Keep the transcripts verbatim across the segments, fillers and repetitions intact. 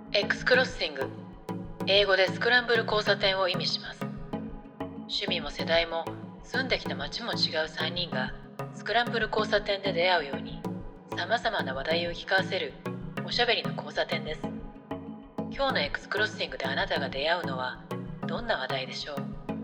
X クロッシング、英語でスクランブル交差点を意味します。趣味も世代も住んできた街も違うさんにんがスクランブル交差点で出会うように、さまざまな話題を聞かせるおしゃべりの交差点です。今日の X クロッシングであなたが出会うのはどんな話題でしょう。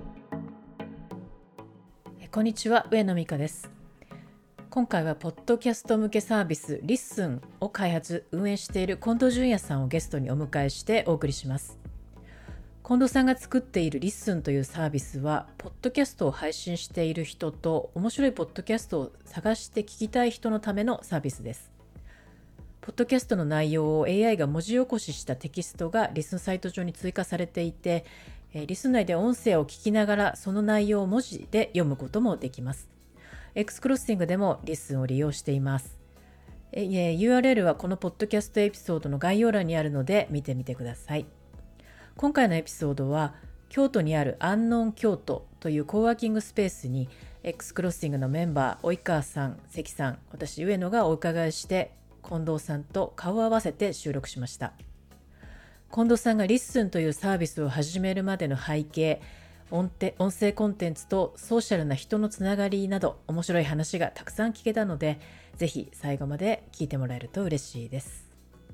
こんにちは、上野美香です。今回はポッドキャスト向けサービスリッスンを開発運営している近藤淳也さんをゲストにお迎えしてお送りします。近藤さんが作っているリッスンというサービスは、ポッドキャストを配信している人と面白いポッドキャストを探して聞きたい人のためのサービスです。ポッドキャストの内容を エーアイ が文字起こししたテキストがリスンサイト上に追加されていて、リスン内で音声を聞きながらその内容を文字で読むこともできます。X クロッシングでもリスンを利用しています。ユーアールエル はこのポッドキャストエピソードの概要欄にあるので見てみてください。今回のエピソードは京都にあるアンノン京都というコーワーキングスペースに X クロッシングのメンバー及川さん、関さん、私上野がお伺いして近藤さんと顔を合わせて収録しました。近藤さんがリッスンというサービスを始めるまでの背景、音声コンテンツとソーシャルな人のつながりなど面白い話がたくさん聞けたので、ぜひ最後まで聞いてもらえると嬉しいです。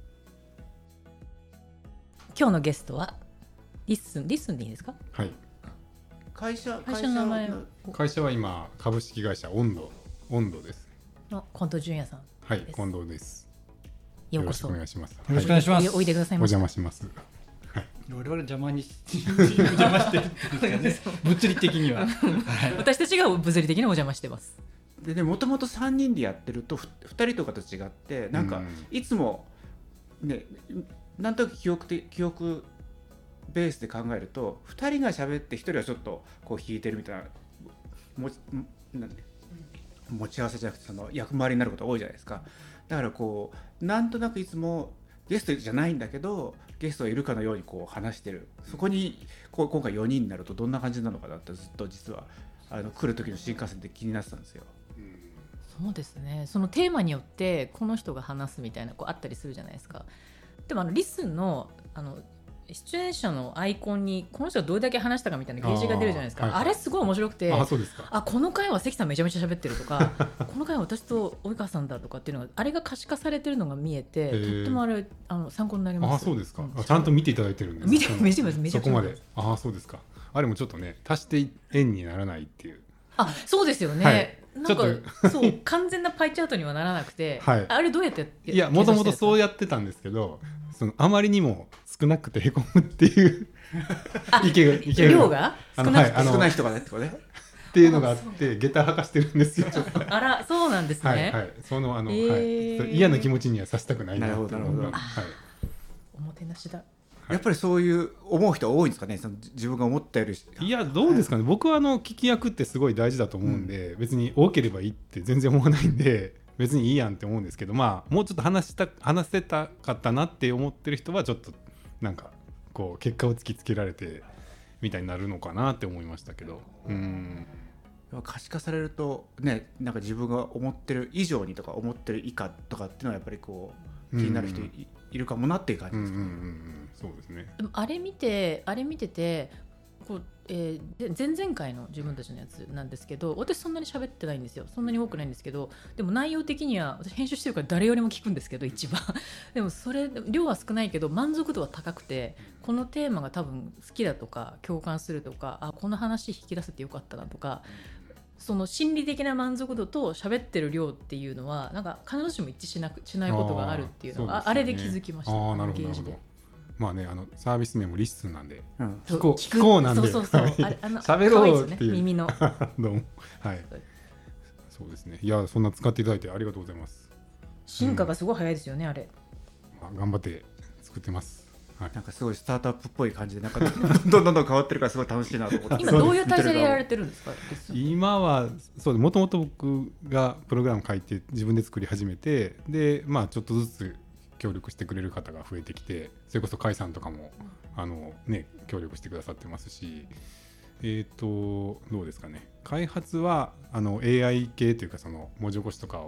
今日のゲストはリッスンリッスンでいいですか？ はい。 会社会社の名前を。 会社は今株式会社温度温度です。 の近藤淳也さん。 はい、近藤です。 ようこそ。 よろしくお願いします。 よろしくお願いします。 おいでくださいおませ。 邪魔します。 我々邪魔に邪魔してるんですかね。物理的には。 私たちが物理的にお邪魔してます。 でね、もともとさんにんでやってるとふたりとかと違って、なんかいつもね、なんとなく記憶的記憶ベースで考えるとふたりが喋ってひとりはちょっとこう弾いてるみたいなもなんで持ち合わせじゃなくてその役回りになることが多いじゃないですか。だからこうなんとなくいつもゲストじゃないんだけどゲストがいるかのようにこう話してる。そこにこう今回よにんになるとどんな感じなのかなってずっと実はあの来る時の新幹線で気になってたんですよ。 そうですね。そのテーマによってこの人が話すみたいなこうあったりするじゃないですか。でもあのリスンのあの出演者のアイコンにこの人がどれだけ話したかみたいなゲージが出るじゃないですか。 あ,、はいはい、あれすごい面白くて、 あ、そうですか。 あ、この回は関さんめちゃめちゃ喋ってるとかこの回は私と及川さんだとかっていうのがあれが可視化されてるのが見えて、とってもあれあの参考になります。 あ、そうですか。あ、ちゃんと見ていただいてるんですか？ 見て見てます。めちゃくちゃそこまで。あ、そうですか。あれもちょっとね、足して円にならないっていう。 あ、そうですよね、はい、なんかそう完全なパイチャートにはならなくて、はい、あれどうやってやっていや、もともとそうやってたんですけど、そのあまりにも少なくてへこむっていう意見が意見量が少なくて、 はい、少ない人がねってことねっていうのがあって下駄履かしてるんですよ。 あら、そうなんですね。 はいはい、そのあの、 えーはい、嫌な気持ちにはさせたくないな。 なるほどなるほど。 はい、 おもてなしだ。 やっぱりそういう思う人多いんですかね。その自分が思ったより。 いや、どうですかね。僕はあの聞き役ってすごい大事だと思うんで、うん、別に多ければいいって全然思わないんで別にいいやんって思うんですけど、まあもうちょっと話した話せたかったなって思ってる人はちょっとなんかこう結果を突きつけられてみたいになるのかなって思いましたけど、うーん、 可視化されるとね、なんか自分が思ってる以上にとか思ってる以下とかっていうのはやっぱりこう気になる人 い,、うん、いるかもなっていう感じですかね。うんうんうんうん、 そうですね。 でもあれ見てあれ見ててこう、えー、前々回の自分たちのやつなんですけど、私そんなに喋ってないんですよ。そんなに多くないんですけど、でも内容的には私編集してるから誰よりも聞くんですけど一番でもそれ量は少ないけど満足度は高くて、このテーマが多分好きだとか共感するとか、あ、この話引き出せてよかったなとか、その心理的な満足度と喋ってる量っていうのはなんか必ずしも一致しなくしないことがあるっていうのは あ,、ね、あれで気づきました。 あ、なるほどなるほど。まあね、あのサービス名もリッスンなんで、うん、聞こう聞こうなんで、 そうそうそう、あれあの喋ろうっていう、 ね、耳のどうも、はい、そうですね。いや、そんな使っていただいてありがとうございます。 進化がすごい早いですよね、うん、あれ、 まあ、頑張って作ってます。はい、 なんかすごいスタートアップっぽい感じで、なんかどんどんどんどん変わってるからすごい楽しいなと思って今どういう体制でやられてるんですか？ 今はそうで、もともと僕がプログラム書いて自分で作り始めて、で、まあ、ちょっとずつ協力してくれる方が増えてきて、それこそ甲斐さんとかもあの、ね、協力してくださってますし、えーとどうですかね、開発はあの エーアイ 系というかその文字起こしとかを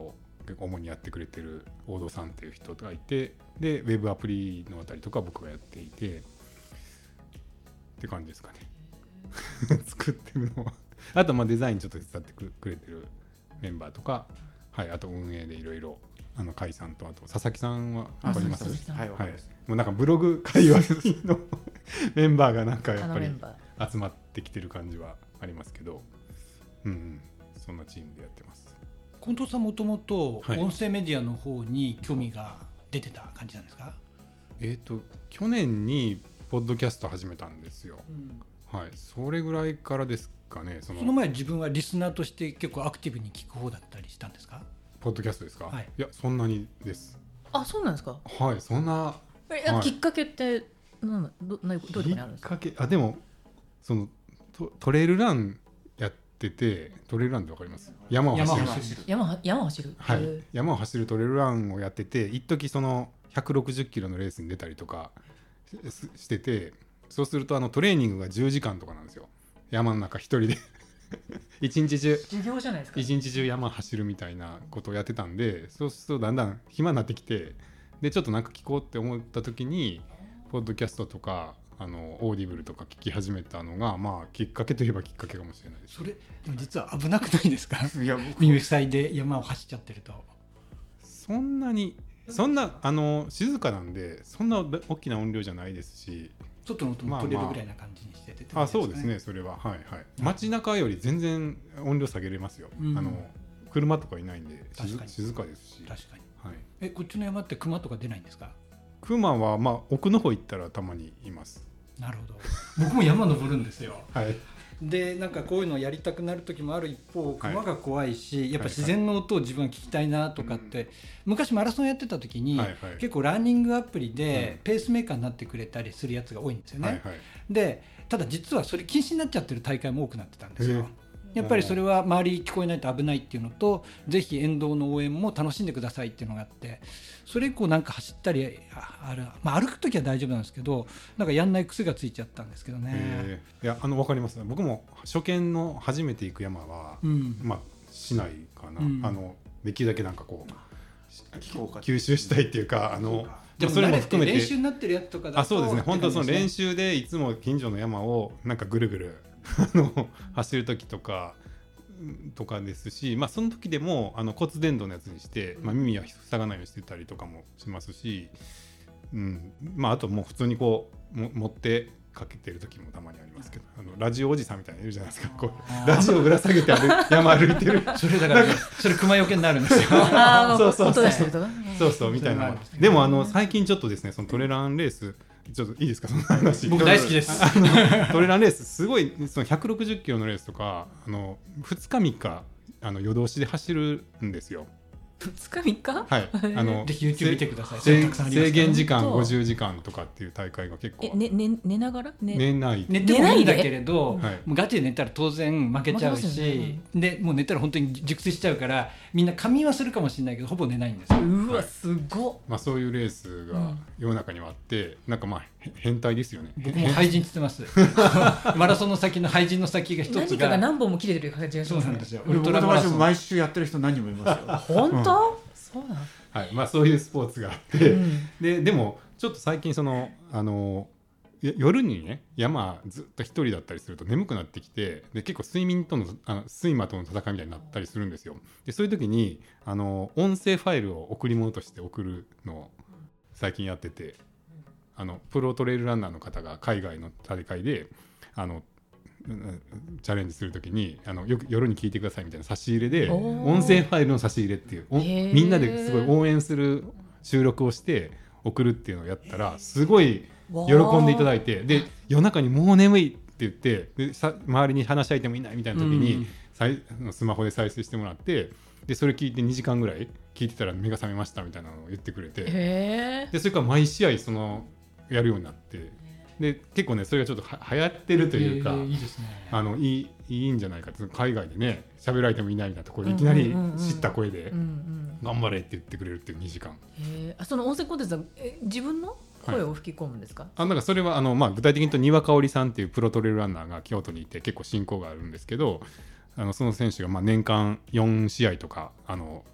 主にやってくれてる大堂さんっていう人がいて、でウェブアプリのあたりとか僕がやっていてって感じですかね作ってるのはあとまあデザインちょっと手伝ってくれてるメンバーとか、はい、あと運営でいろいろあの甲斐さんとあと佐々木さんは分かります？ はい、わかります。 もうなんかブログ界隈のメンバーがなんかやっぱりあのメンバ集まってきてる感じはありますけど、うん、うん、そんなチームでやってます。 近藤さんもともとはい音声メディアの方に興味が出てた感じなんですか？ えっと去年にポッドキャスト始めたんですよ、 うん、 はい、それぐらいからですかね。そのその前自分はリスナーとして結構アクティブに聞く方だったりしたんですか？ ポッドキャストですか？ はい、 いやそんなにです。 あ、そうなんですか。 はい、そんなえ、 はいきっかけってなんどなどういうところにあるんですか？ きっかけ、あでもそのトトレイルランやってて、トレイルランってわかります？山を走る。 山を走る山は山を走る。 はいへー、 山を走るトレイルランをやってて、一時そのひゃくろくじゅっキロのレースに出たりとか し, してて、そうするとあのトレーニングがじゅうじかんとかなんですよ。山の中一人で一日中授業じゃないですか。 一日中山走るみたいなことをやってたんで、そうするとだんだん暇になってきて、でちょっとなんか聞こうって思った時にポッドキャストとかあのオーディブルとか聞き始めたのが、まあきっかけといえばきっかけかもしれないです。 それでも実は危なくないですか？ いや耳塞いで山を走っちゃってると。 そんなにそんなあの静かなんで、そんな大きな音量じゃないですし、 外の音も取れるぐらいな感じにしてて、 あそうですね、それははいはい。街中より全然音量下げれますよ、 うん、 あの車とかいないんで静かですし。 確かに、はい、えこっちの山って熊とか出ないんですか？ 熊はまあ奥の方行ったらたまにいます。 なるほど。僕も山登るんですよはいでなんかこういうのをやりたくなる時もある一方、熊が怖いし、 はい、 やっぱ自然の音を自分は聞きたいなとかって、はいはい、昔マラソンやってた時に、はいはい、結構ランニングアプリでペースメーカーになってくれたりするやつが多いんですよね、はいはい、でただ実はそれ禁止になっちゃってる大会も多くなってたんですよ。やっぱりそれは周り聞こえないと危ないっていうのと、ぜひ沿道の応援も楽しんでくださいっていうのがあって、それ以降なんか走ったり あ, ある、まあ、歩くときは大丈夫なんですけど、なんかやんない癖がついちゃったんですけどね。 いやあの分かります。僕も初見の初めて行く山は、うん、まあ市内かな、うん、あのできるだけなんかこう吸収したいっていうか、あのでもそれも含めて練習になってるやつとかだと、 あそうですね、本当その練習でいつも近所の山をなんかぐるぐるあの走る時とかとかですし、まあ、その時でもあの骨伝導のやつにして、まあ、耳は塞がないようにしてたりとかもしますし、うんまあ、あともう普通にこうも持ってかけてる時もたまにありますけど、あのラジオおじさんみたいなのいるじゃないですか、こうラジオぶら下げて歩山歩いてるそれだから、ね、それ熊よけになるんですよそうそうそうそうそうみたいな。でもあの最近ちょっとですね、そのトレランレースちょっといいですか、その話。 僕大好きです。 あのトレランレースすごい、そのひゃくろくじゅっキロのレースとかあのふつかみっかあの夜通しで走るんですよ。 ふつかみっか、 はい、あのぜひ YouTube 見てください。 制限時間ごじゅうじかんとかっていう大会が結構。 え、ねね、寝ながら、ね、 寝ない寝てもいいんだけれど、 はい、 もうガチで寝たら当然負けちゃうし、ね、うん、でもう寝たら本当に熟睡しちゃうから、みんな仮眠はするかもしれないけどほぼ寝ないんですよ。 うわすごっ、 はい、まあ、そういうレースが世の中にはあって、うん、なんかまあ変態ですよね。 僕も廃人って言ってますマラソンの先の廃人の先が一つが何かが何本も切れてる感じがしますね。 そうなんですよ。 ウルトラマラソン毎週やってる人何人もいますよ本当、うん、そうなん、 はい、まあ、そういうスポーツがあって、うん、で, でもちょっと最近そのあの夜にね山ずっと一人だったりすると眠くなってきて、で結構睡眠とのあの睡魔との戦いみたいになったりするんですよ。でそういう時にあの音声ファイルを贈り物として送るのを最近やってて、あのプロトレイルランナーの方が海外の大会であのチャレンジするときにあのよく夜に聞いてくださいみたいな差し入れで音声ファイルの差し入れっていうみんなですごい応援する収録をして送るっていうのをやったらすごい喜んでいただいて、で夜中にもう眠いって言ってでさ周りに話し相手もいないみたいな時に、うん、スマホで再生してもらって、でそれ聞いてにじかんぐらい聞いてたら目が覚めましたみたいなのを言ってくれて、でそれから毎試合そのやるようになって、で結構ねそれがちょっとは流行ってるというか、 いいですね、 あのいいいいんじゃないかと。海外でね喋られてもいないみたいなところでいきなり知った声で頑張れって言ってくれるっていうにじかん。 へー、その音声コンテンツはえ自分の声を吹き込むんですか？はい、 あなんかそれはあの、まあ、具体的に言うと丹羽香織さんっていうプロトレイルランナーが京都にいて結構親交があるんですけど、あのその選手がまあ年間よんしあいとかあの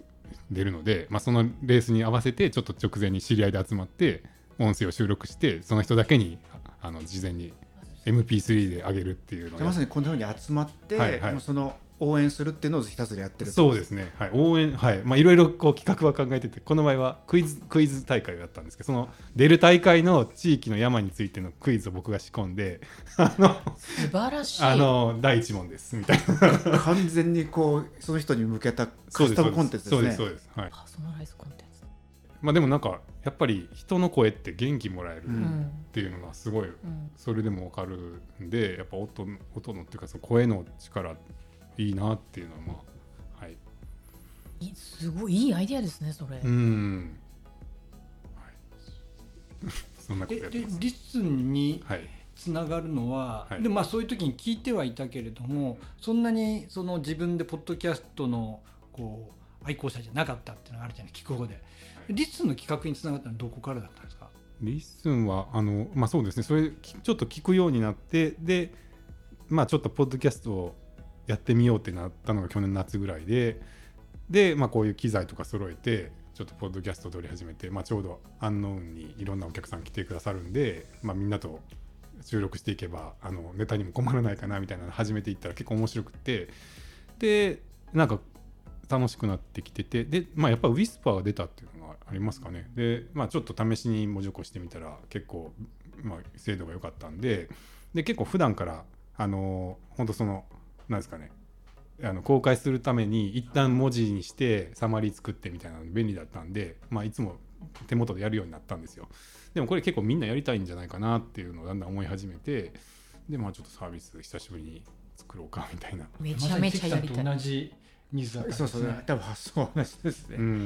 出るので、まあ、そのレースに合わせてちょっと直前に知り合いで集まって音声を収録してその人だけにあの事前に エムピースリー で上げるっていうのをまさにこんなふうに集まって、はいはい、もうその応援するっていうのをひたすらやってる。 そうですね、はい、応援、はい、まあいろいろこう企画は考えてて、この場合はクイズクイズ大会をやったんですけど、その出る大会の地域の山についてのクイズを僕が仕込んで、あの素晴らしい、 あのだいいち問ですみたいな完全にこうその人に向けたカスタムコンテンツですね。 そうですそうです、はい、 パーソナライズコンテンツ。 まあでもなんかやっぱり人の声って元気もらえるっていうのがすごい、うん、それでも分かるんで、やっぱ音の音のっていうかその声の力いいなっていうのはまあ、はい、 いすごいいいアイデアですねそれ。 うん、はい、そんなことやってます。 でリッスンにつながるのは、はい、でまあそういう時に聞いてはいたけれども、そんなにその自分でポッドキャストのこう愛好者じゃなかったっていうのがあるじゃない、聞く方で。リッスンの企画につながったのはどこからだったんですか？ リッスンはあのまあそうですね、それちょっと聞くようになって、でまあちょっとポッドキャストをやってみようってなったのが去年夏ぐらいで、で、まあ、こういう機材とか揃えてちょっとポッドキャストを撮り始めて、まあ、ちょうどアンノーンにいろんなお客さん来てくださるんで、まあ、みんなと収録していけばあのネタにも困らないかなみたいなのを始めていったら結構面白くて、でなんか楽しくなってきてて、で、まあ、やっぱウィスパーが出たっていうのがありますかね。で、まあ、ちょっと試しに文字起こしてみたら結構、まあ、精度が良かったんで、で結構普段からあの本当そのなんですかね、あの公開するために一旦文字にしてサマリー作ってみたいなの便利だったんで、まあ、いつも手元でやるようになったんですよ。でもこれ結構みんなやりたいんじゃないかなっていうのをだんだん思い始めて、でまあちょっとサービス久しぶりに作ろうかみたいな。 めちゃめちゃやりたい。 同じニーズだったんですね。 そうそう、多分発想は同じですね。 うんうんうん、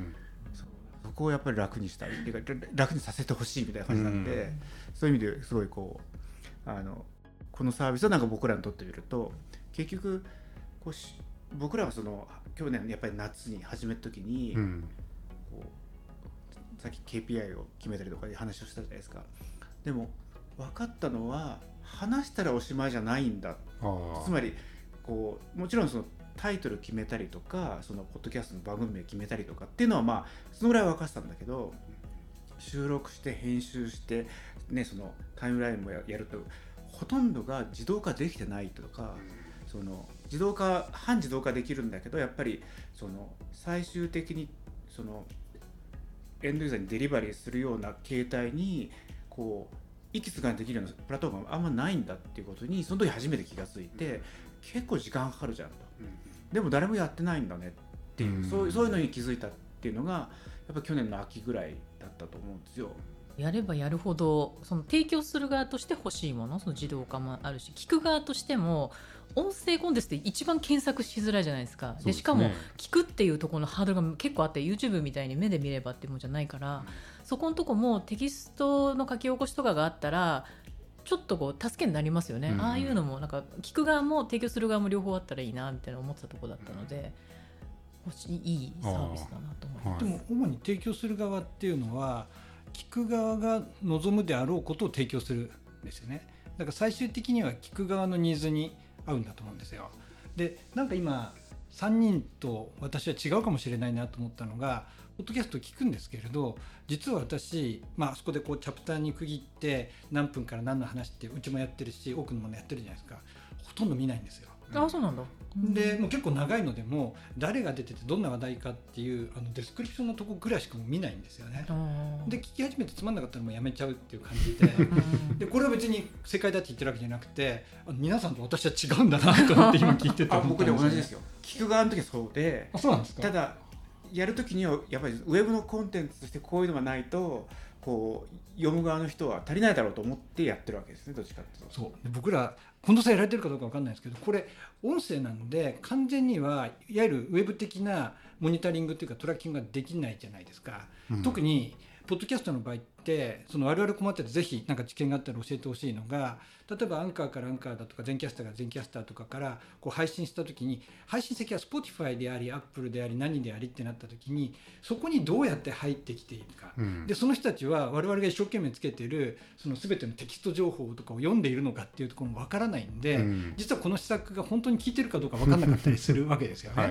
そ, そこをやっぱり楽にしたいっていうか楽にさせてほしいみたいな感じなんで、うん、そういう意味ですごいこうあのこのサービスはなんか僕らにとってみると結局こうし僕らはその去年やっぱり夏に始めた時に、うん、こうさっき ケーピーアイ を決めたりとかで話をしたじゃないですか。でも分かったのは話したらおしまいじゃないんだ。つまりこうもちろんそのタイトル決めたりとかそのポッドキャストの番組名決めたりとかっていうのはまあそのぐらい分かってたんだけど、収録して編集してねそのタイムラインも や, やるとほとんどが自動化できてないとか、その自動化半自動化できるんだけどやっぱりその最終的にそのエンドユーザーにデリバリーするような形態にこう息継ができるようなプラットフォームがあんまないんだっていうことにその時初めて気がついて、結構時間かかるじゃんと、でも誰もやってないんだねっていう、うん、そう、そういうのに気づいたっていうのがやっぱ去年の秋ぐらいだったと思うんですよ。 やればやるほどその提供する側として欲しいもの、その自動化もあるし、聞く側としても音声コンテンツって一番検索しづらいじゃないですか。で、しかも聞くっていうところのハードルが結構あって、 YouTube みたいに目で見ればっていうもんじゃないから、うん、そこのとこもテキストの書き起こしとかがあったらちょっとこう助けになりますよね、うん、ああいうのもなんか聞く側も提供する側も両方あったらいいなみたいな思ってたところだったので、うん、いいサービスだなと思います。 でも主に提供する側っていうのは聞く側が望むであろうことを提供するんですよね。だから最終的には聞く側のニーズに合うんだと思うんですよ。で、なんか今さんにんと私は違うかもしれないなと思ったのが、ポッドキャスト聞くんですけれど、実は私、まあ、あそこでこうチャプターに区切って何分から何の話ってうちもやってるし多くのものやってるじゃないですか。ほとんど見ないんですよ。 あ、そうなんだ。 でもう結構長いのでも誰が出ててどんな話題かっていうあのデスクリプションのとこぐらいしかも見ないんですよね。で聞き始めてつまんなかったらもうやめちゃうっていう感じででこれは別に正解だって言ってるわけじゃなくて、あの皆さんと私は違うんだなと思って今聞いててあ僕で同じですよ。聞く側の時はそうで、 あ、そうなんですか。 ただやる時にはやっぱりウェブのコンテンツとしてこういうのがないとこう読む側の人は足りないだろうと思ってやってるわけですね、どっちかっていうと。 そうで僕ら近藤さんやられてるかどうか分かんないですけど、これ音声なんで完全にはいわゆるウェブ的なモニタリングというかトラッキングができないじゃないですか、うん、特にポッドキャストの場合ってその我々困っててぜひなんか知見があったら教えてほしいのが、例えばアンカーからアンカーだとか全キャスターが全キャスターとかからこう配信した時に、配信先は Spotify であり Apple であり何でありってなった時にそこにどうやって入ってきているか、うん、でその人たちは我々が一生懸命つけているその全てのテキスト情報とかを読んでいるのかっていうところもわからないんで、うん、実はこの施策が本当に効いてるかどうか分からなかったりするわけですよね、はい。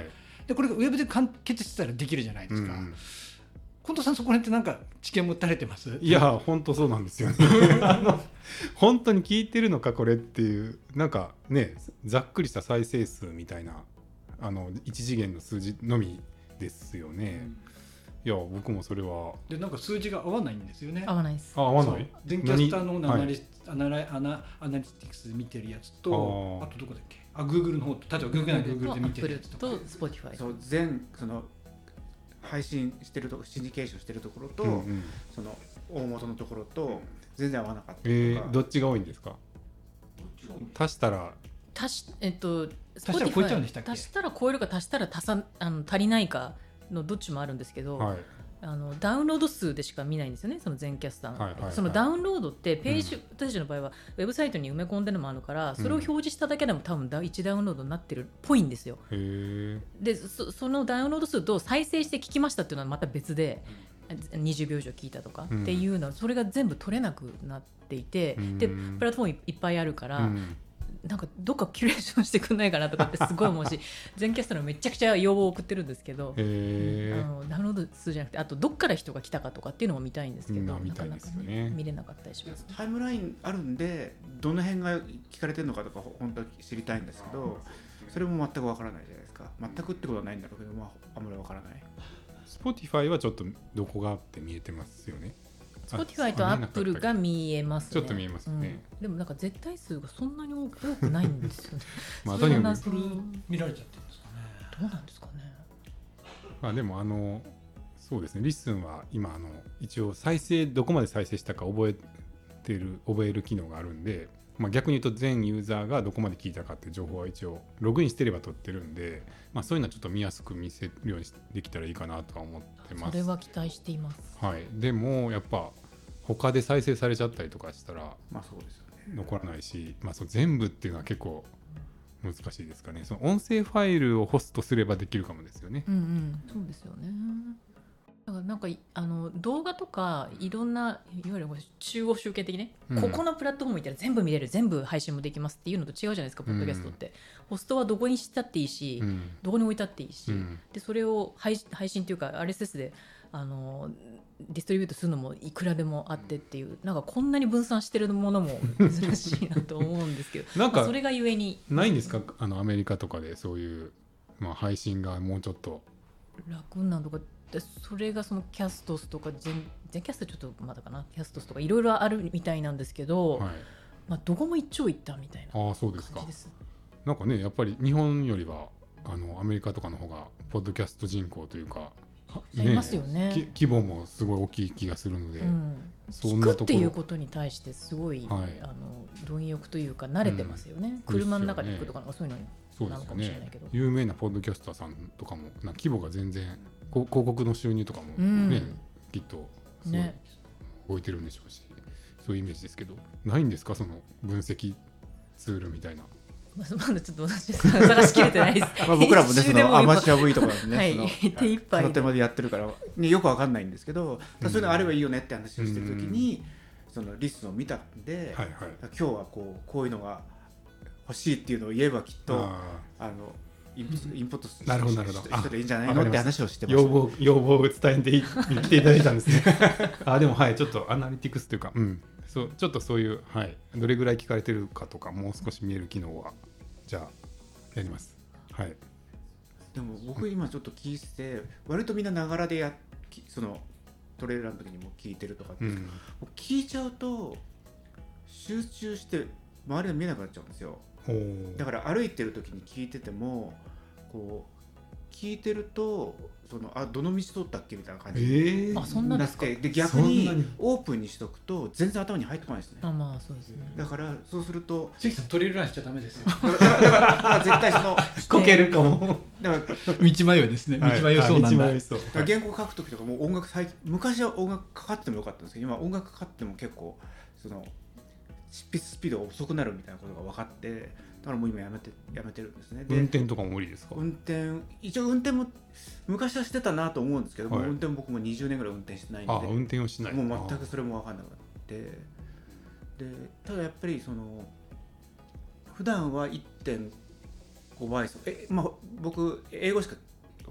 でこれがウェブで完結してたらできるじゃないですか、うん、近藤さんそこら辺ってなんか知見持たれてます？ いや本当そうなんですよねあの本当に聞いてるのかこれっていうなんかねざっくりした再生数みたいなあの一次元の数字のみですよね、うんいや僕もそれはでなんか数字が合わないんですよね。 合わないです。 あ合わない。 全キャスターのアナリ、アナラアナアナリティクスで見てるやつと あ, あとどこだっけあ Google の方と例えば Google なら Google で見てるやつとかと Spotify そう全その配信してるとこシンジケーションしてるところと、うんうん、その大元のところと全然合わなかったりとか、 えー、どっちが多いんですか？足したら足しえっと Spotify 足したら超えちゃうんでしたっけ？ 足したら超えるか足したら足さあの足りないかのどっちもあるんですけど、はい、あのダウンロード数でしか見ないんですよねその全キャスターの、はいはいはい、そのダウンロードってページ、うん、私たちの場合はウェブサイトに埋め込んでるのもあるからそれを表示しただけでも多分いちダウンロードになってるっぽいんですよ。へで そ, そのダウンロード数と再生して聞きましたっていうのはまた別でにじゅうびょう以上聞いたとかっていうのはそれが全部取れなくなっていて、うん、でプラットフォームいっぱいあるから、うんなんかどっかキュレーションしてくんないかなとかってすごい思うし全キャストのめちゃくちゃ要望を送ってるんですけどへあのダウンロード数じゃなくてあとどっから人が来たかとかっていうのも見たいんですけど、うん、なかなか、ね、見れなかったりします、ね、 タイムラインあるんでどの辺が聞かれてるのかとか本当は知りたいんですけどそれも全くわからないじゃないですか。全くってことはないんだろうけど、まあ、あんまりわからない。 Spotify はちょっとどこがあって見えてますよね。 Spotify と Apple が見えますね。 ちょっと見えますね、 うん、でもなんか絶対数がそんなに多くないんですよねまあとにかく見られちゃってるんですかね。 どうなんですかね。 まあでもあのそうですねリッスンは今あの一応再生どこまで再生したか覚えてる覚える機能があるんで、まあ、逆に言うと全ユーザーがどこまで聞いたかっていう情報は一応ログインしてれば取ってるんで、まあ、そういうのはちょっと見やすく見せるようにできたらいいかなとは思ってます。 それは期待しています。 はい、でもやっぱ他で再生されちゃったりとかしたら、 まあそうですよね、 残らないし、まあ、そう全部っていうのは結構難しいですかね。その音声ファイルをホストすればできるかもですよね。 うんうん、そうですよね。だからなんかあの動画とかいろんないわゆる中央集権的ね、うん、ここのプラットフォーム行ったら全部見れる全部配信もできますっていうのと違うじゃないですかポッドキャストって、うん、ホストはどこにしたっていいし、うん、どこに置いたっていいし、うん、でそれを配配信というか アールエスエス であのディストリビュートするのもいくらでもあってっていうなんかこんなに分散してるものも珍しいなと思うんですけどなんか、まあ、それがゆえにないんですかあのアメリカとかでそういう、まあ、配信がもうちょっと楽なとかそれがそのキャストスとか全全キャストちょっとまだかなキャストスとかいろいろあるみたいなんですけど、はいまあ、どこも一長一短みたいな感じです。あそうですか。 なんかねやっぱり日本よりはあのアメリカとかの方がポッドキャスト人口というかありますよね。 規模もすごい大きい気がするので、うん、 そんなところ聞くっていうことに対してすごい、はい、あの貪欲というか慣れてますよね、うん、車の中で聞くとかなんかそういうのなのかもしれないけど、ね、 有名なポッドキャスターさんとかもな規模が全然広告の収入とかも、ねうん、きっとすごい動いてるんでしょうし、ね、そういうイメージですけどないんですかその分析ツールみたいな。 まだちょっと私探しきれてないですまあ僕らもねそのアマチュア V とかね、 はい、手一杯片手間でやってるから、ね、よくわかんないんですけど、そういうのあればいいよねって話をしてる時に、うん、そのリストを見たんで、はいはい、今日はこうこういうのが欲しいっていうのを言えばきっとあのインプットする人でいいんじゃないのって話をしてました。 要望要望を伝えて来ていただいたんですねあでもはいちょっとアナリティクスというか、うん、そうちょっとそういう、はい、どれぐらい聞かれてるかとかもう少し見える機能はじゃあやります。はい。 でも僕今ちょっと聞いてて割とみんなながらでやそのトレーラーの時にも聞いてるとかって、うん、聞いちゃうと集中して周りが見えなくなっちゃうんですよ。だから歩いてる時に聞いててもこう聞いてるとそのあどの道通ったっけみたいな感じになって、えー、あそんなですか。で逆にオープンにしとくと全然頭に入ってこないですね。 あまあそうですね。 だからそうすると関さんトレイルランしちゃダメですよ。 だからだから絶対そのこけるかも。だから道迷いですね。道迷いそうなんだ。 だから原稿書く時とかも音楽最昔は音楽かかってもよかったんですけど今音楽かかっても結構その執筆スピードが遅くなるみたいなことが分かってだからもう今やめてやめてるんですね。で運転とかも無理ですか。 運転一応運転も昔はしてたなと思うんですけど、はい、運転も僕もにじゅうねんぐらい運転してないんであ運転をしないもう全くそれも分かんなくなってでただやっぱりその普段は いってんご 倍速え、まあ、僕英語しか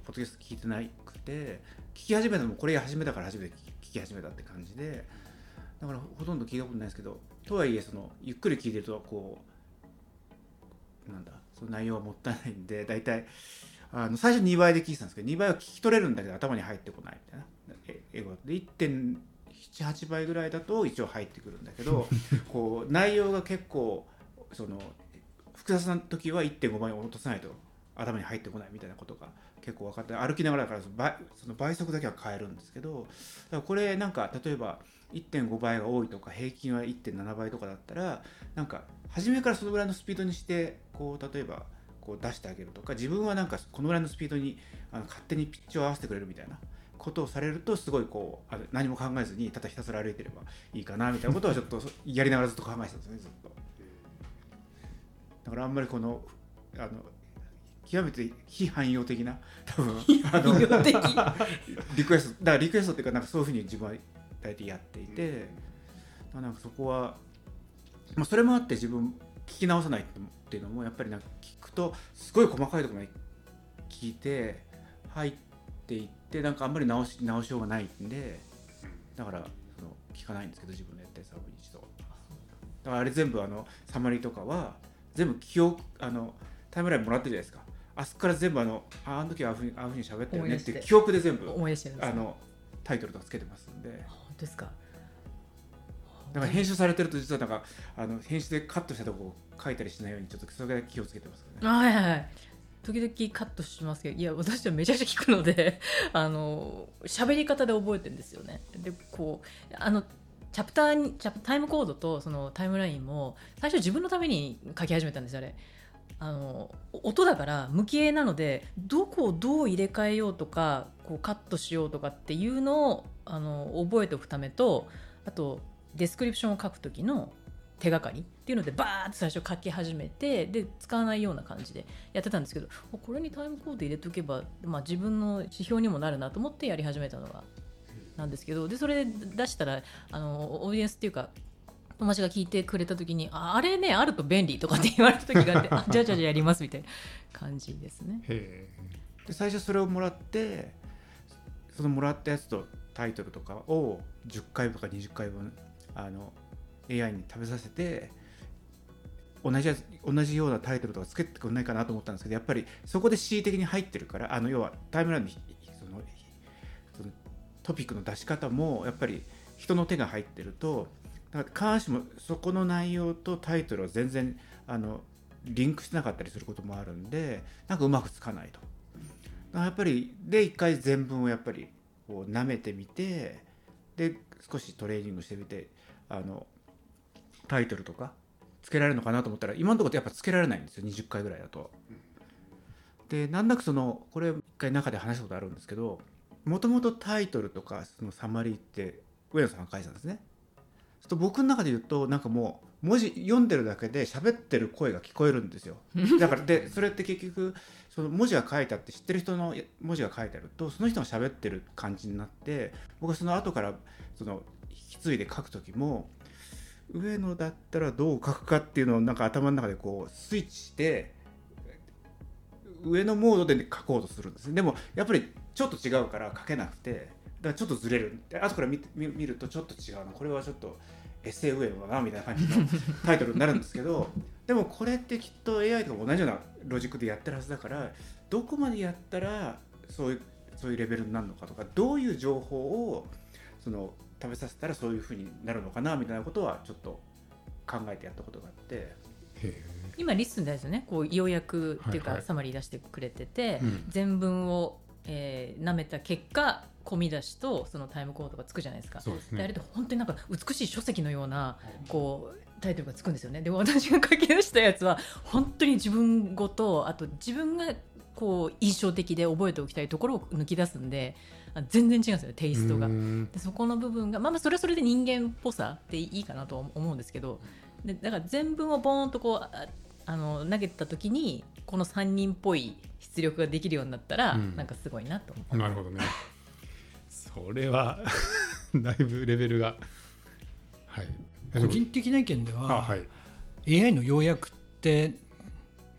ポッドキャスト聞いてなくて、聞き始めたのもこれ始めたから初めて聞き始めたって感じで、だからほとんど聞いたことないですけど、とはいえそのゆっくり聞いてるとこうなんだその内容はもったいないんで、だいたいあの最初にばいで聞いてたんですけど、にばいは聞き取れるんだけど頭に入ってこないみたいな英語で いってんななはち 倍ぐらいだと一応入ってくるんだけどこう内容が結構その複雑な時は いってんご 倍を落とさないと頭に入ってこないみたいなことが結構分かって、歩きながらからその 倍, その倍速だけは変えるんですけど、だからこれなんか例えば いってんご 倍が多いとか平均は いってんなな 倍とかだったら、なんか初めからそのぐらいのスピードにしてこう例えばこう出してあげるとか、自分はなんかこのぐらいのスピードにあの勝手にピッチを合わせてくれるみたいなことをされると、すごいこうあの何も考えずにただひたすら歩いてればいいかなみたいなことはちょっとやりながらずっと考えてたんですね、ずっと。だからあんまりこのあの極めて非汎用的な多分あのリクエストだからリクエストっていうか、なんかそういうふうに自分は大体やっていて、なんかそこは、まあ、それもあって自分聞き直さないっていうのもやっぱりなんか聞くとすごい細かいところまで聞いて入っていって、なんかあんまり直し直しようがないんで、だからその聞かないんですけど、自分のやったやつは一度。だからあれ全部あのサマリーとかは全部記憶あのタイムラインもらってるじゃないですか。あそこから全部あのああの時ああいうふうにああいうふうに喋ったよねっていう記憶で全部思い出してるんです、 あのタイトルとかつけてますんで。 本当ですか。 だから編集されてると実はなんかあの編集でカットしたとこを書いたりしないようにちょっとそれだけ気をつけてますね。 はいはい。時々カットしますけど、いや私はめちゃくちゃ聞くのであの喋り方で覚えてるんですよね。でこうあのチャプターにチャタイムコードとそのタイムラインも最初自分のために書き始めたんですよ。あれあの音だから無形なので、どこをどう入れ替えようとかこうカットしようとかっていうのをあの覚えておくためと、あとデスクリプションを書く時の手がかりっていうのでバーッと最初書き始めて、で使わないような感じでやってたんですけど、これにタイムコード入れておけば、まあ、自分の指標にもなるなと思ってやり始めたのがなんですけど、でそれ出したらあのオーディエンスっていうか友達が聞いてくれた時に あ, あれねあると便利とかって言われた時があってあじゃあじゃあやりますみたいな感じですね。 へで最初それをもらって、そのもらったやつとタイトルとかをじゅっかいとかにじゅっかいぶんあの エーアイ に食べさせて同じやつ同じようなタイトルとかつけてくれないかなと思ったんですけど、やっぱりそこで恣意的に入ってるから、あの要はタイムラインのそのそのトピックの出し方もやっぱり人の手が入ってると、だから必ずしもそこの内容とタイトルは全然あのリンクしてなかったりすることもあるんで、なんかうまくつかないと。だからやっぱりで一回全文をやっぱりこう舐めてみて、で少しトレーニングしてみて、あのタイトルとかつけられるのかなと思ったら、今のところやっぱつけられないんですよ、にじゅっかいぐらいだと。でなんだかそのこれ一回中で話したことあるんですけど、もともとタイトルとかそのサマリーって上野さんが書いてたんですね。と僕の中で言うとなんかもう文字読んでるだけで喋ってる声が聞こえるんですよ。だからでそれって結局その文字が書いてあって知ってる人の文字が書いてあるとその人が喋ってる感じになって、僕はその後からその引き継いで書く時も上野だったらどう書くかっていうのをなんか頭の中でこうスイッチして上のモードで書こうとするんですね。でもやっぱりちょっと違うから書けなくて、だからちょっとずれる。後から見て見るとちょっと違うな、これはちょっとエッセイ上野だなみたいな感じのタイトルになるんですけどでもこれってきっと エーアイ とか同じようなロジックでやってるはずだから、どこまでやったらそういうそういうレベルになるのかとか、どういう情報をその食べさせたらそういう風になるのかなみたいなことはちょっと考えてやったことがあって、 今リッスンですよね、こう要約っていうか、はいはい、サマリー出してくれてて、うん、全文を、えー、舐めた結果込み出しとそのタイムコードがつくじゃないですか。 そうですね、 であれって本当になんか美しい書籍のようなこうタイトルがつくんですよね。で私が書き出したやつは本当に自分ごと、あと自分がこう印象的で覚えておきたいところを抜き出すんで、全然違うんですよね、テイストが。でそこの部分が、まあ、まあそれはそれで人間っぽさっていいかなと思うんですけど、でだから全文をボーンとこう あ, あの投げた時にこのさんにんっぽい出力ができるようになったら、うん、なんかすごいなと思う。 なるほどねそれはだいぶレベルが、はい、 個人的な意見では、 はい、 エーアイ の要約って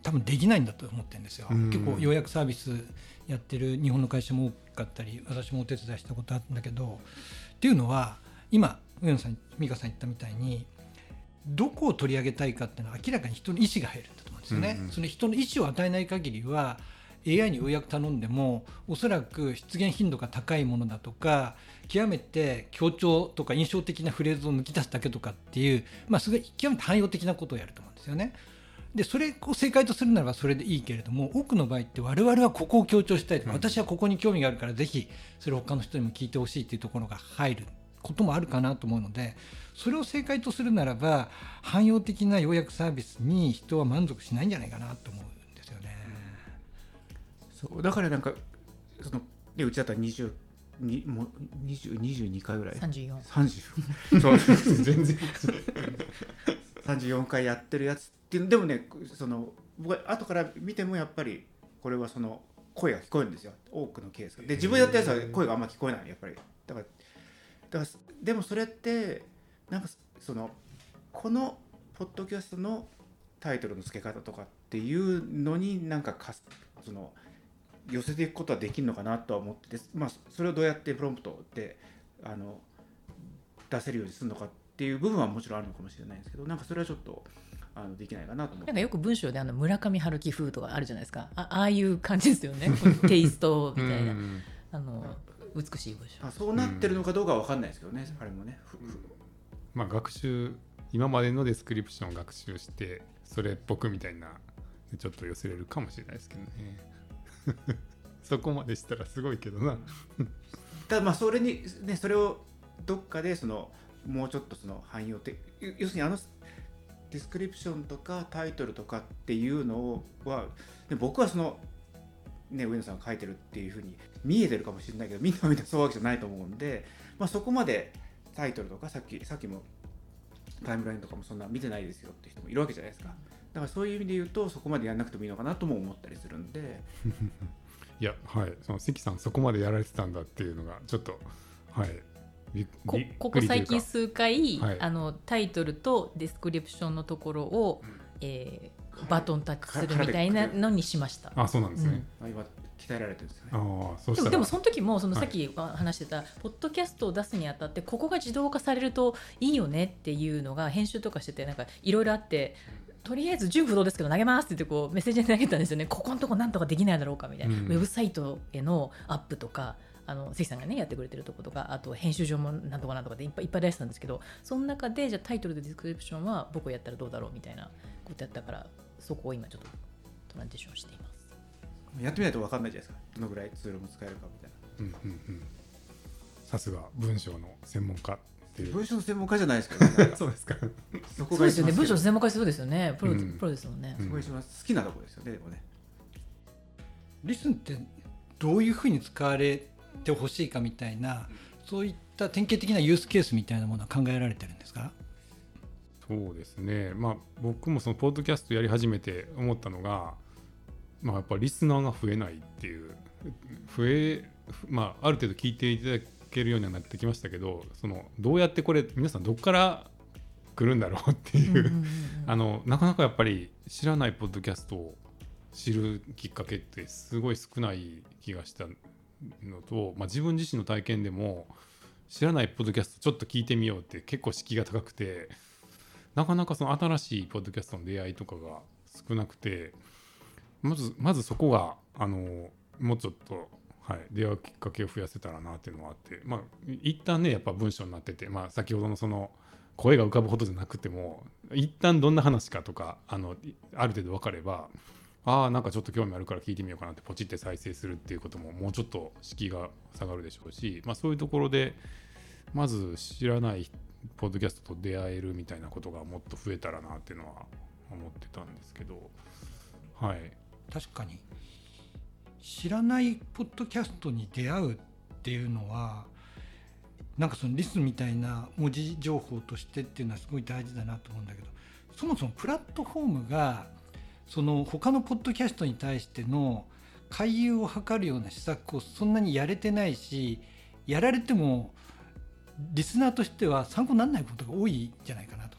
多分できないんだと思ってるんですよ。結構要約サービスやってる日本の会社も多かったり、私もお手伝いしたことあるんだけど、っていうのは今上野さん、美香さん言ったみたいにどこを取り上げたいかっていうのは明らかに人の意思が入るんだと思うんですよね、うんうん、その人の意思を与えない限りは エーアイ に要約頼んでもおそらく出現頻度が高いものだとか極めて強調とか印象的なフレーズを抜き出すだけとかっていう、まあ、すごい極めて汎用的なことをやると思うんですよね。でそれを正解とするならばそれでいいけれども、多くの場合って我々はここを強調したいとか、うん、私はここに興味があるからぜひそれを他の人にも聞いてほしいというところが入ることもあるかなと思うので、それを正解とするならば汎用的な要約サービスに人は満足しないんじゃないかなと思うんですよね、 うん、そうだからなんかそのでうちだったらにじゅうにもうにじゅう、にじゅうにかいぐらいさんじゅうよん、 さんじゅうそう全然さんじゅうよんかいやってるやつってでもね、その僕は後から見てもやっぱりこれはその声が聞こえるんですよ、多くのケースで。自分やったやつは声があんま聞こえないやっぱり。だからだからでもそれってなんかそのこのポッドキャストのタイトルの付け方とかっていうのになんかかその寄せていくことはできるのかなとは思ってて、まあ、それをどうやってプロンプトであの出せるようにするのかっていう部分はもちろんあるのかもしれないんですけど、なんかそれはちょっとあのできないかなと思って。 なんかよく文章であの村上春樹風とかあるじゃないですか。 あ, ああいう感じですよねテイストみたいなあの美しい文章。 あそうなってるのかどうかは分かんないですけどね、うん、あれもね、 まあ、学習今までのデスクリプションを学習してそれっぽくみたいなちょっと寄せれるかもしれないですけどねそこまでしたらすごいけどなただまあそれに、ね、それをどっかでそのもうちょっとその汎用的、要するにあのディスクリプションとかタイトルとかっていうのはで僕はその、ね、上野さんが書いてるっていう風に見えてるかもしれないけど、みんなみんなそういうわけじゃないと思うんで、まあ、そこまでタイトルとかさっきさっきもタイムラインとかもそんな見てないですよって人もいるわけじゃないですか。だからそういう意味で言うとそこまでやらなくてもいいのかなとも思ったりするんでいや、はい、その関さんそこまでやられてたんだっていうのがちょっとはいこ, ここ最近数回、はい、あのタイトルとディスクリプションのところを、うんえー、バトンタッチするみたいなのにしました。 あ、そうなんですね、 うん、今鍛えられてるんですね。 あそうしたらでも、でもその時もそのさっき話してた、はい、ポッドキャストを出すにあたってここが自動化されるといいよねっていうのが編集とかしててなんかいろいろあって、とりあえず純不動ですけど投げますって言ってこうメッセージで投げたんですよね。ここのとこなんとかできないだろうかみたいな、うん、ウェブサイトへのアップとかあの関さんがねやってくれてるとことか、あと編集上もなんとかなんとかでいっぱいいっぱい出してたんですけど、その中でじゃあタイトルとディスクリプションは僕やったらどうだろうみたいなことやったから、そこを今ちょっとトランジションしています。 やってみないと分かんないじゃないですか、どのぐらいツールも使えるかみたいな。 うんうんうん、さすが文章の専門家っていう。 文章の専門家じゃないですけどねそうですかそこがそうですよね、文章の専門家そうですよね、プロ、うん、プロですもんね。 そこ一番好きなところですよね。でもねリスンってどういうふうに使われてほしいかみたいな、そういった典型的なユースケースみたいなものは考えられてるんですか？ そうですね、まあ、僕もそのポッドキャストやり始めて思ったのが、まあ、やっぱリスナーが増えないっていう増え、まあ、ある程度聞いていただけるようにはなってきましたけど、そのどうやってこれ皆さんどこから来るんだろうっていう、うんうんうん、あのなかなかやっぱり知らないポッドキャストを知るきっかけってすごい少ない気がしたのと、まあ、自分自身の体験でも知らないポッドキャストちょっと聞いてみようって結構敷居が高くて、なかなかその新しいポッドキャストの出会いとかが少なくて、まずまずそこがあのもうちょっと、はい、出会うきっかけを増やせたらなっていうのがあって、まあ、一旦ねやっぱ文章になってて、まあ、先ほどのその声が浮かぶほどじゃなくても一旦どんな話かとかあのある程度分かれば、ああなんかちょっと興味あるから聞いてみようかなってポチって再生するっていうことももうちょっと敷居が下がるでしょうし、まあ、そういうところでまず知らないポッドキャストと出会えるみたいなことがもっと増えたらなっていうのは思ってたんですけど、はい、 確かに知らないポッドキャストに出会うっていうのはなんかそのリスみたいな文字情報としてっていうのはすごい大事だなと思うんだけど、そもそもプラットフォームがその他のポッドキャストに対しての回遊を図るような施策をそんなにやれてないし、やられてもリスナーとしては参考にならないことが多いんじゃないかなと。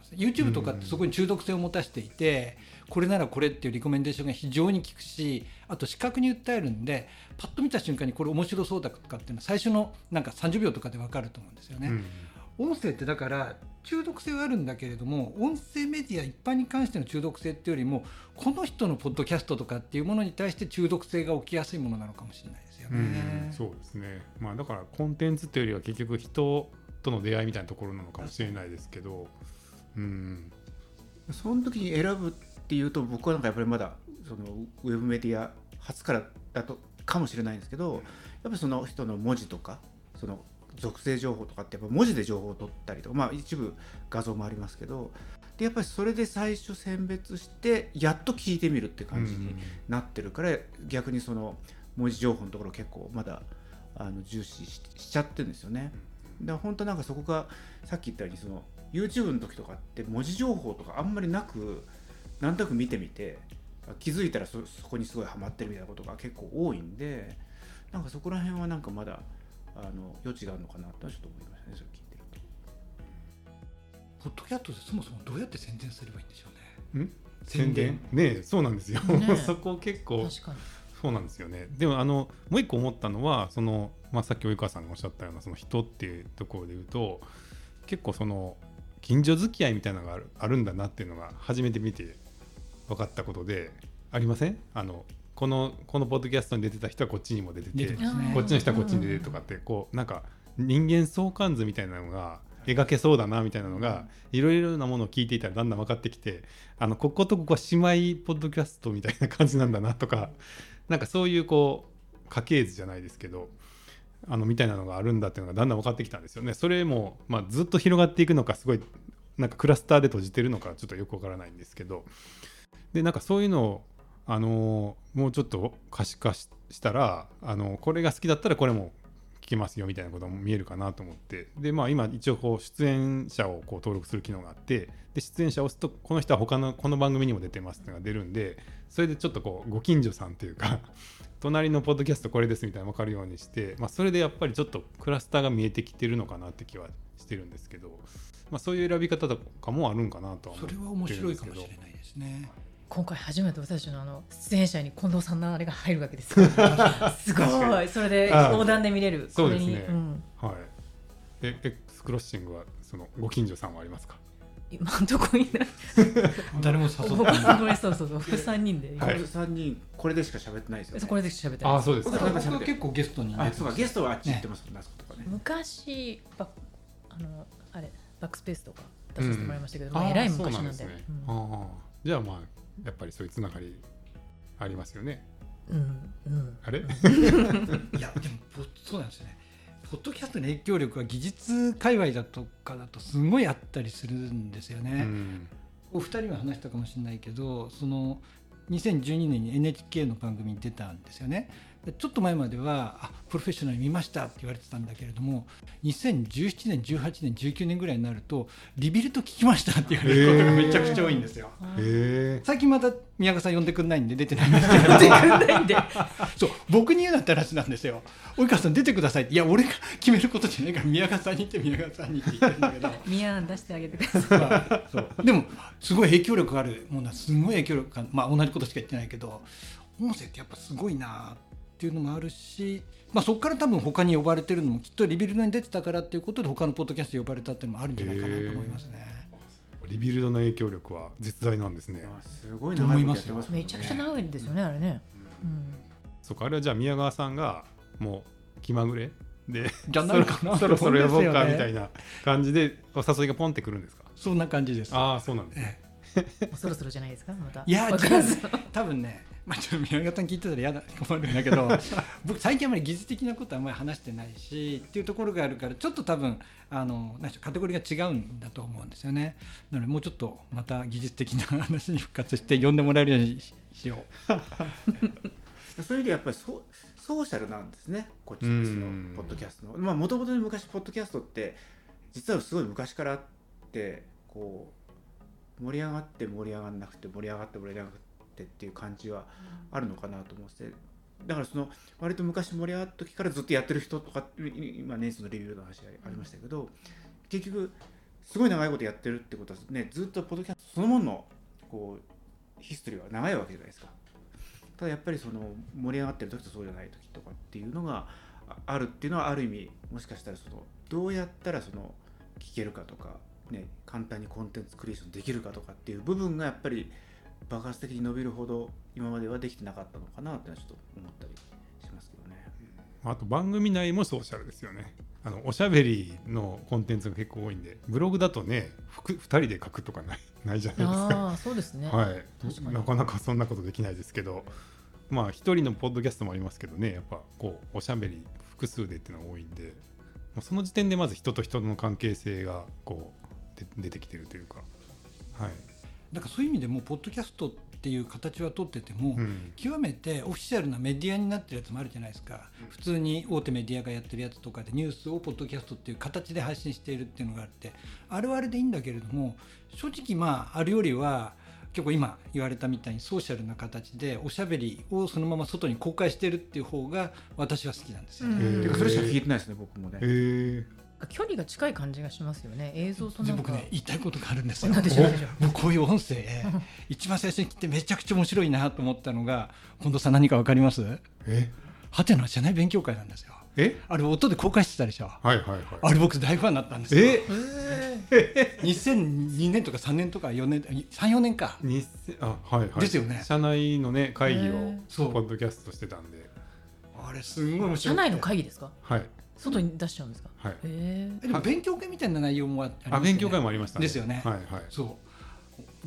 ます。 YouTube とかってそこに中毒性を持たせていて、これならこれっていうリコメンデーションが非常に効くし、あと視覚に訴えるんでパッと見た瞬間にこれ面白そうだとかっていうのは最初のなんかさんじゅうびょうとかで分かると思うんですよね、うん、音声ってだから中毒性はあるんだけれども、音声メディア一般に関しての中毒性っていうよりもこの人のポッドキャストとかっていうものに対して中毒性が起きやすいものなのかもしれないですよね、 うん、そうですね、まあ、だからコンテンツというよりは結局人との出会いみたいなところなのかもしれないですけど、うん、 その時に選ぶっていうと僕はなんかやっぱりまだそのウェブメディア初からだとかもしれないんですけど、やっぱりその人の文字とかその属性情報とかってやっぱ文字で情報を取ったりとか、まあ一部画像もありますけど、でやっぱりそれで最初選別してやっと聞いてみるって感じになってるから、逆にその文字情報のところ結構まだあの重視 し, しちゃってるんですよね。だから本当なんかそこがさっき言ったようにその YouTube の時とかって文字情報とかあんまりなくなんとなく見てみて気づいたら そ, そこにすごいハマってるみたいなことが結構多いんで、なんかそこら辺はなんかまだあの余地があるのかなとはちょっと思いましたね、それ聞いてると。ポッドキャストでそもそもどうやって宣伝すればいいんでしょうね。 ん宣伝ね、そうなんですよ、ね、そこ結構確かにそうなんですよね。でもあのもう一個思ったのはその、まあ、さっき及川さんがおっしゃったようなその人っていうところで言うと結構その近所付き合いみたいなのがある、あるんだなっていうのが初めて見て分かったことでありません？あのこのこのポッドキャストに出てた人はこっちにも出てて、出てますね、こっちの人はこっちに出てるとかってこうなんか人間相関図みたいなのが描けそうだなみたいなのがいろいろなものを聞いていたらだんだん分かってきて、あのこことここは姉妹ポッドキャストみたいな感じなんだなとか、なんかそういうこう家系図じゃないですけどあのみたいなのがあるんだっていうのがだんだん分かってきたんですよね。それも、まあ、ずっと広がっていくのかすごいなんかクラスターで閉じてるのかちょっとよく分からないんですけど、でなんかそういうのをあのもうちょっと可視化 し, したらあのこれが好きだったらこれも聞けますよみたいなことも見えるかなと思って、で、まあ、今一応こう出演者をこう登録する機能があって、で出演者を押すとこの人は他のこの番組にも出てますっていうのが出るんで、それでちょっとこうご近所さんというか隣のポッドキャストこれですみたいなの分かるようにして、まあ、それでやっぱりちょっとクラスターが見えてきてるのかなって気はしてるんですけど、まあ、そういう選び方とかもあるんかなとは思ってるんですけど。 それは面白いかもしれないですね。 今回初めて私のあの出演者に近藤さんのあれが入るわけですからすごいそれで横断で見れる。 そうですね、うん、はい。え X クロッシングはそのご近所さんはありますか？ 今のとこいない誰も誘ってないそうそうそうさんにんで、 はい、さんにんこれでしか喋ってないですよね。 これでしか喋ってない。 あ、そうですか。 僕は結構ゲストに、 あ、そうか、ゲストはあっち行ってますもんね、ね、 昔バあのあれバックスペースとか出させてもらいましたけど、うん、まあ、えらい昔なんで、 ね、うん、あじゃあまあやっぱりそういうつながりありますよね。 うんうん、 あれいやでもそうなんですね。ポッドキャストの影響力は技術界隈だとかだとすごいあったりするんですよね、うん、お二人は話したかもしれないけど、そのにせんじゅうにねんに エヌエイチケー の番組に出たんですよね。ちょっと前まではあプロフェッショナル見ましたって言われてたんだけれども、にせんじゅうななねんじゅうはちねんじゅうきゅうねんぐらいになるとリビルト聞きましたって言われることがめちゃくちゃ多いんですよ。 へ最近また宮川さん呼んでくんないんで出てないんですけど呼んでくんないんでそう僕に言うなって話なんですよ。及川さん出てくださいって、いや俺が決めることじゃないから宮川さんに言って宮川さんにって言ってるんだけど宮川出してあげてください、 まあ、そうでもすごい影響力があるものはすごい影響力が、まあ、同じことしか言ってないけど音声ってやっぱすごいなっていうのもあるし、まあ、そこから多分他に呼ばれてるのもきっとリビルドに出てたからっていうことで他のポッドキャスト呼ばれたっていうのもあるんじゃないかなと思いますね。 リビルドの影響力は実在なんですね。 すごい長いことやってますね。 めちゃくちゃ長いんですよね、あれね、うん、 そうか、あれはじゃあ宮川さんがもう気まぐれでじゃないかなそろそろ呼ぼうかみたいな感じでお誘いがポンってくるんですか？ そんな感じです。 ああ、そうなんですね、 ええ、そろそろじゃないですかまた。 いや多分ね、まあ、ちょっと宮川さん聞いてたらやだ困るんだけど僕最近あまり技術的なことはあんまり話してないしっていうところがあるからちょっと多分あのカテゴリーが違うんだと思うんですよね。なのでもうちょっとまた技術的な話に復活して呼んでもらえるようにしようそういう意味でやっぱり ソ, ソーシャルなんですね、こっちのポッドキャストの。まあもともと昔ポッドキャストって実はすごい昔からあって、こう盛り上がって盛り上がらなくて盛り上がって盛り上がってっていう感じはあるのかなと思って、だからその割と昔盛り上がった時からずっとやってる人とか今ねそのレビューの話ありましたけど、結局すごい長いことやってるってことはね、ずっとポッドキャストそのもののこうヒストリーは長いわけじゃないですか。ただやっぱりその盛り上がってる時とそうじゃない時とかっていうのがあるっていうのは、ある意味もしかしたらそのどうやったらその聞けるかとか、ね、簡単にコンテンツクリエーションできるかとかっていう部分がやっぱり爆発的に伸びるほど今まではできてなかったのかなってちょっと思ったりしますけどね。 あと番組内もソーシャルですよね。あのおしゃべりのコンテンツが結構多いんで、ブログだとねふたりで書くとかないないじゃないですか。 あそうですね、 はい、なかなかそんなことできないですけど、まあ一人のポッドキャストもありますけどね、やっぱこうおしゃべり複数でっていうのが多いんで、もうその時点でまず人と人の関係性がこうで出てきてるというか、はい、 だからそういう意味でもポッドキャストっていう形は取ってても、うん、極めてオフィシャルなメディアになってるやつもあるじゃないですか、うん、普通に大手メディアがやってるやつとかでニュースをポッドキャストっていう形で配信しているっていうのがあって、あれはあれでいいんだけれども、正直まああるよりは結構今言われたみたいにソーシャルな形でおしゃべりをそのまま外に公開してるっていう方が私は好きなんですよね。 うん、てかそれしか聞いてないですね、僕もね。 へ距離が近い感じがしますよね、映像となんか。 僕ね言いたいことがあるんですよ。 なんでしょうもうこういう音声一番最初に聞いてめちゃくちゃ面白いなと思ったのが、近藤さん何か分かります？えハテナ社内勉強会なんですよ。えあれ音で公開してたでしょ。 はいはいはい。 あれ僕大ファンだったんですよ。えにせんにねんとかさんねんとかよねんさんよねんかあ、はいはい、 ですよね。 社内のね会議をポッドキャストしてたんで、 あれすごい面白い。 社内の会議ですか？ はい。 外に出しちゃうんですか？ はい。 えでも勉強会みたいな内容もありましたね。 あ、勉強会もありましたね。 ですよね。 はいはい。 そう。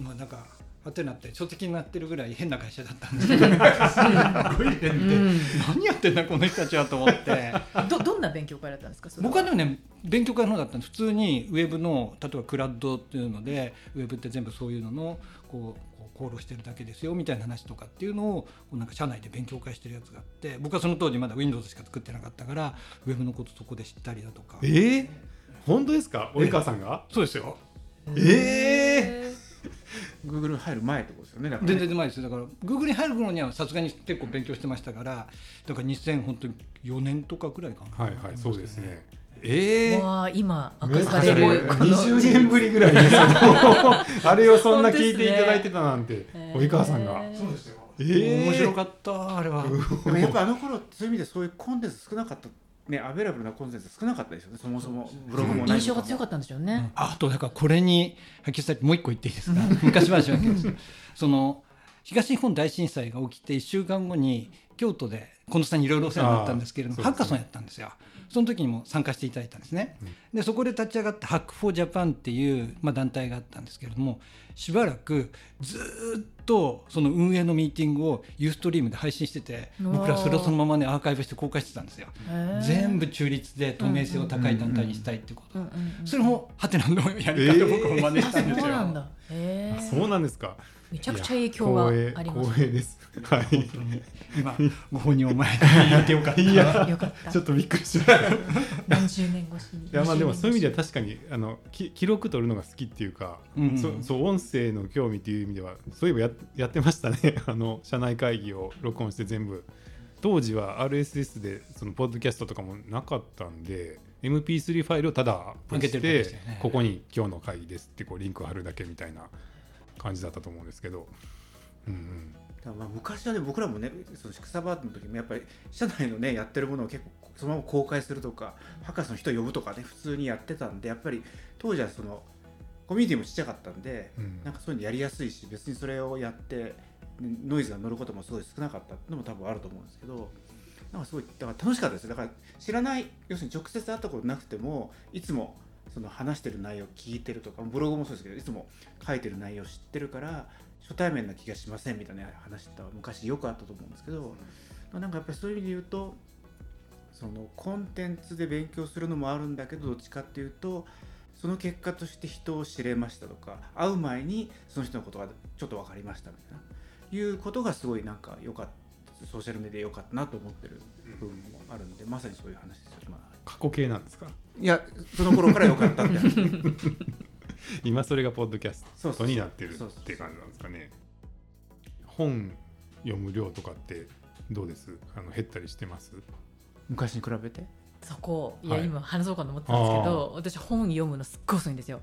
まあなんかハテナって書籍になってるぐらい変な会社だったんですけど、すごい変で、うん、何やってんだこの人たちはと思ってど, どんな勉強会だったんですか？それは僕はでもね勉強会の方だったんです。普通にウェブの例えばクラウドっていうのでウェブって全部そういうののこう考慮してるだけですよみたいな話とかっていうのをなんか社内で勉強会してるやつがあって、僕はその当時まだ Windows しか作ってなかったからウェブのことそこで知ったりだとか。 えー、本当ですか？及川さんが？ そうですよ。 えー Google に入る前ってことですよね。だからね全然前ですよ。だから Google に入る頃にはさすがに結構勉強してましたから、だからにせんよねんとかくらいかな。 はいはい、そうですね。えー、 わ今明かされるにじゅうねんぶりぐらいですよあれをそんな聞いていただいてたなんて、及川さんが。 そうですよ。 えー、 面白かったあれは。 でもやっぱあの頃そういう意味でそういうコンテンツ少なかったね、アベラブルなコンテンツ少なかったですよね。そもそもブログもない印象が強かったんでしょうね。うん、 あとだからこれに波及されてもう一個言っていいですか？昔話はその東日本大震災が起きていっしゅうかんごに京都で近藤さんにいろいろお世話になったんですけれども、ね、ハッカソンやったんですよ。その時にも参加していただいたんですね。うん、でそこで立ち上がったハックフォージャパンっていう、まあ、団体があったんですけれども、しばらくずっとその運営のミーティングをユーストリームで配信してて、僕らそれをそのままねアーカイブして公開してたんですよ。全部中立で透明性を高い団体にしたいってこと、それもハテナのやり方を僕も真似したんですよ。 そうなんだ。へー、そうなんですか。 めちゃくちゃ影響があります。 光栄です。はい。 今ご本人お前で言ってよかった。 いや、よかった。ちょっとびっくりしました。 何十年越しに。 いやまあでもそういう意味では確かにあのき記録取るのが好きっていうか、うんうん、そ, そう音声の興味っていう意味ではそういえば や, やってましたね。あの社内会議を録音して全部。当時は アールエスエス でそのポッドキャストとかもなかったんで エムピースリー ファイルをただアップして、ね、ここに今日の会議ですってこうリンクを貼るだけみたいな感じだったと思うんですけど、うんうん、 だまあ昔はね僕らもねそのシクサバートの時もやっぱり社内のねやってるものを結構そのまま公開するとか博士の人呼ぶとかね普通にやってたんで、やっぱり当時はそのコミュニティもちっちゃかったんで、うん、なんかそういうのやりやすいし別にそれをやってノイズが乗ることもすごい少なかったのも多分あると思うんですけど、なんかすごいだから楽しかったです。だから知らない要するに直接会ったことなくてもいつもその話してる内容を聞いてるとかブログもそうですけどいつも書いてる内容を知ってるから初対面な気がしませんみたいな話って昔よくあったと思うんですけど、なんかやっぱりそういう意味で言うとそのコンテンツで勉強するのもあるんだけどどっちかっていうとその結果として人を知れましたとか会う前にその人のことがちょっと分かりましたみたいないうことがすごいなんか良かったソーシャルメディア良かったなと思ってる部分もあるんで、まさにそういう話ですよ。まあ、 過去形なんですか？ いやその頃から良かったって今それがポッドキャストになってるって感じなんですかね。本読む量とかってどうです？あの減ったりしてます？ 昔に比べて？ そこいや、はい、今話そうかと思ったんですけど、私本読むのすっごい遅いんですよ。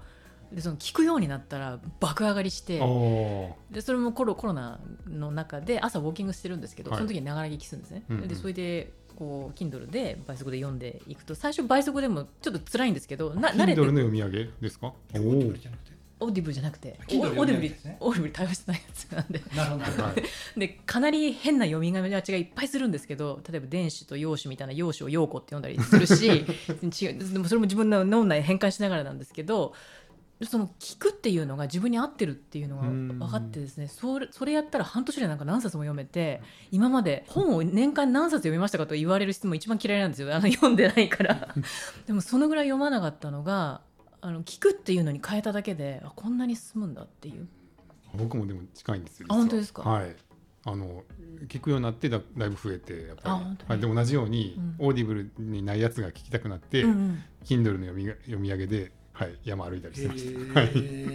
でその聞くようになったら爆上がりして、でそれもコロ、コロナの中で朝ウォーキングしてるんですけど、はい、その時にながら聞きするんですね、うんうん、でそれでこう Kindle で倍速で読んでいくと、最初倍速でもちょっと辛いんですけど、な慣れて Kindle の読み上げですか？おおオーディブルじゃなくて、 オーディブルですね。 オーディブル対応してないやつなんで、 なるほどでかなり変な読みがちがいっぱいするんですけど、例えば電子と陽子みたいな陽子を陽子って読んだりするし違う、でもそれも自分の脳内変換しながらなんですけど、その聞くっていうのが自分に合ってるっていうのが分かってですね、それ、それやったら半年でなんか何冊も読めて、今まで本を年間何冊読みましたかと言われる質問一番嫌いなんですよ、あの読んでないからでもそのぐらい読まなかったのが、あの聞くっていうのに変えただけで、あこんなに進むんだっていう。 僕もでも近いんですよ。 あ本当ですか？ はい、あの聞くようになってだ, だいぶ増えて、やっぱり、はい、でも同じように、うん、オーディブルにないやつが聞きたくなって、うんうん、Kindle の読み、読み上げで、はい、山歩いたりしてました、はい、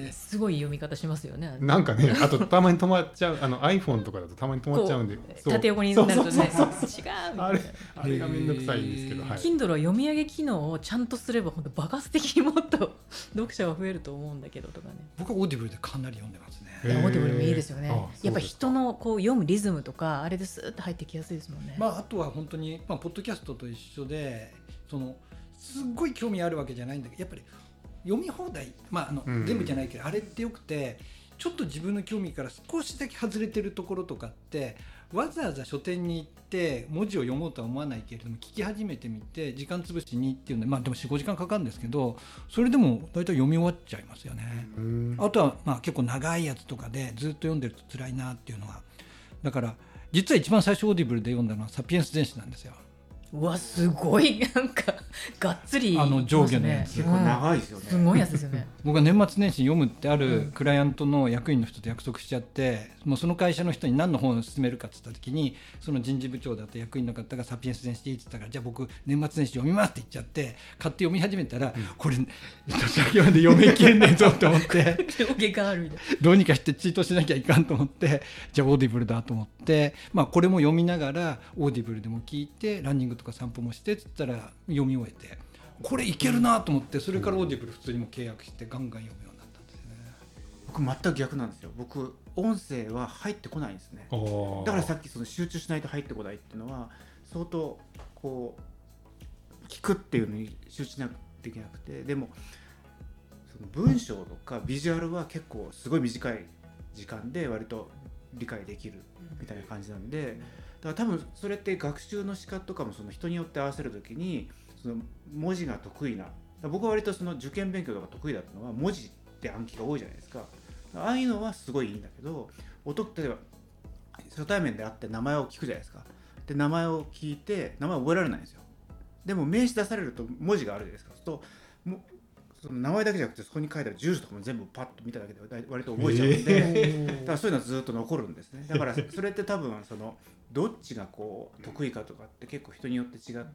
すごい読み方しますよね。 なんかね、あとたまに止まっちゃうあの iPhone とかだとたまに止まっちゃうんで、 縦横になるとね、違うみたいな、 あれあれがめんどくさいんですけど、はい、 Kindle は読み上げ機能をちゃんとすれば本当爆発的にもっと読者が増えると思うんだけどとかね。 僕はオーディブルでかなり読んでますね。 オーディブルもいいですよね。やっぱ人のこう読むリズムとかあれでスーッと入ってきやすいですもんね。 まあ、あとは本当に、まあ、ポッドキャストと一緒で、そのすっごい興味あるわけじゃないんだけど、やっぱり読み放題、まああのうん、全部じゃないけどあれってよくて、ちょっと自分の興味から少しだけ外れてるところとかって、わざわざ書店に行って文字を読もうとは思わないけれども、聞き始めてみて時間潰しにっていうので、まあでも よん,ご 時間かかるんですけど、それでも大体読み終わっちゃいますよね。あとはまあ結構長いやつとかでずっと読んでると辛いなっていうのは、だから実は一番最初オーディブルで読んだのはサピエンス全史なんですよ。 うわすごいなんかがっつり、 あの上下のやつ、 結構長いですよね。 すごいやつですよね。 僕は年末年始読むってあるクライアントの役員の人と約束しちゃって、もうその会社の人に何の本を勧めるかって言った時に、その人事部長だった役員の方がサピエンス全史でいいって言ったから、じゃあ僕年末年始読みますって言っちゃって買って読み始めたら、うん、これ年明けまで読めきれねえぞと思って上下があるみたいな、 どうにかしてチートしなきゃいかんと思って、じゃあオーディブルだと思って、まあ、これも読みながらオーディブルでも聞いてランニングとか散歩もしてって言ったら読み終えて、これいけるなと思って、それからオーディブル普通にも契約してガンガン読むようになったんですよね。 僕全く逆なんですよ。僕音声は入ってこないんですね。だからさっきその集中しないと入ってこないっていうのは、相当こう聞くっていうのに集中しなきゃできなくて、でもその文章とかビジュアルは結構すごい短い時間で割と理解できるみたいな感じなんで、だから多分それって学習の仕方とかもその人によって合わせるときに、その文字が得意な、僕は割とその受験勉強とか得意だったのは文字って暗記が多いじゃないですか。ああいうのはすごいいいんだけど、音例えば初対面で会って名前を聞くじゃないですか。で名前を聞いて名前覚えられないんですよ。でも名刺出されると文字があるじゃないですか。そうするともその名前だけじゃなくて、そこに書いてある住所とかも全部パッと見ただけで割と覚えちゃうんで、だからそういうのはずっと残るんですね。だからそれって多分そのどっちがこう得意かとかって結構人によって違って、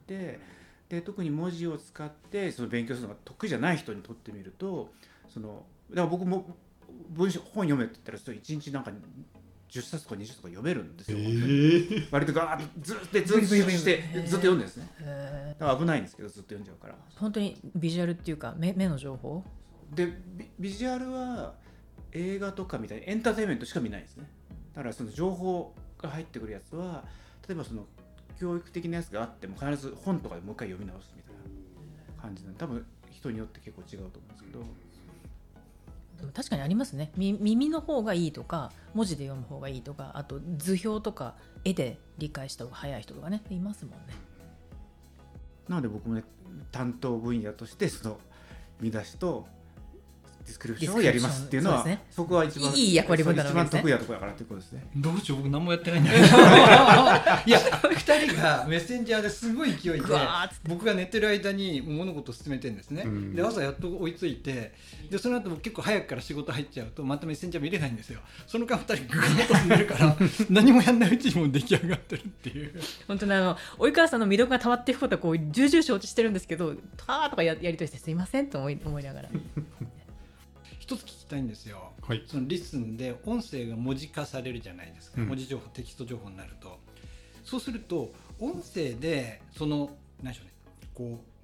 で特に文字を使ってその勉強するのが得意じゃない人にとってみると、そのだから僕も文章本読めって言ったらいちにちなんかじゅっさつとかにじゅっさつとか読めるんですよ、えー、割とガーッとずっとずっとしてずっと読んでるんですね。だから危ないんですけどずっと読んじゃうから。 本当にビジュアルっていうか 目, 目の情報で ビ, ビジュアルは映画とかみたいにエンターテインメントしか見ないんですね。だからその情報が入ってくるやつは、例えばその教育的なやつがあっても必ず本とかでもう一回読み直すみたいな感じで、多分人によって結構違うと思うんですけど。 でも確かにありますね。耳の方がいいとか文字で読む方がいいとか、あと図表とか絵で理解した方が早い人とかね、いますもんね。 なので僕もね、担当分野としてその見出しとディスクリプションをやりますっていうのは、 そ, ね、そこは一番いい役割分担一番得意なところだからということですね。 どうしよう、僕何もやってないんだけどいやふたりがメッセンジャーですごい勢いで僕が寝てる間に物事を進めてるんですね、うん、で朝やっと追いついて、でその後も結構早くから仕事入っちゃうとまたメッセンジャー見れないんですよ。その間ふたりグーッと進んでるから何もやんないうちにもう出来上がってるっていう本当にあの及川さんの魅力が溜まっていくことはこう重々承知してるんですけど、ターとか や, やりとりしてすいませんと思い, 思いながら一つ聞きたいんですよ、 はい、 そのリッスンで音声が文字化されるじゃないですか、うん、文字情報テキスト情報になると、そうすると音声でその何でしょうね、こう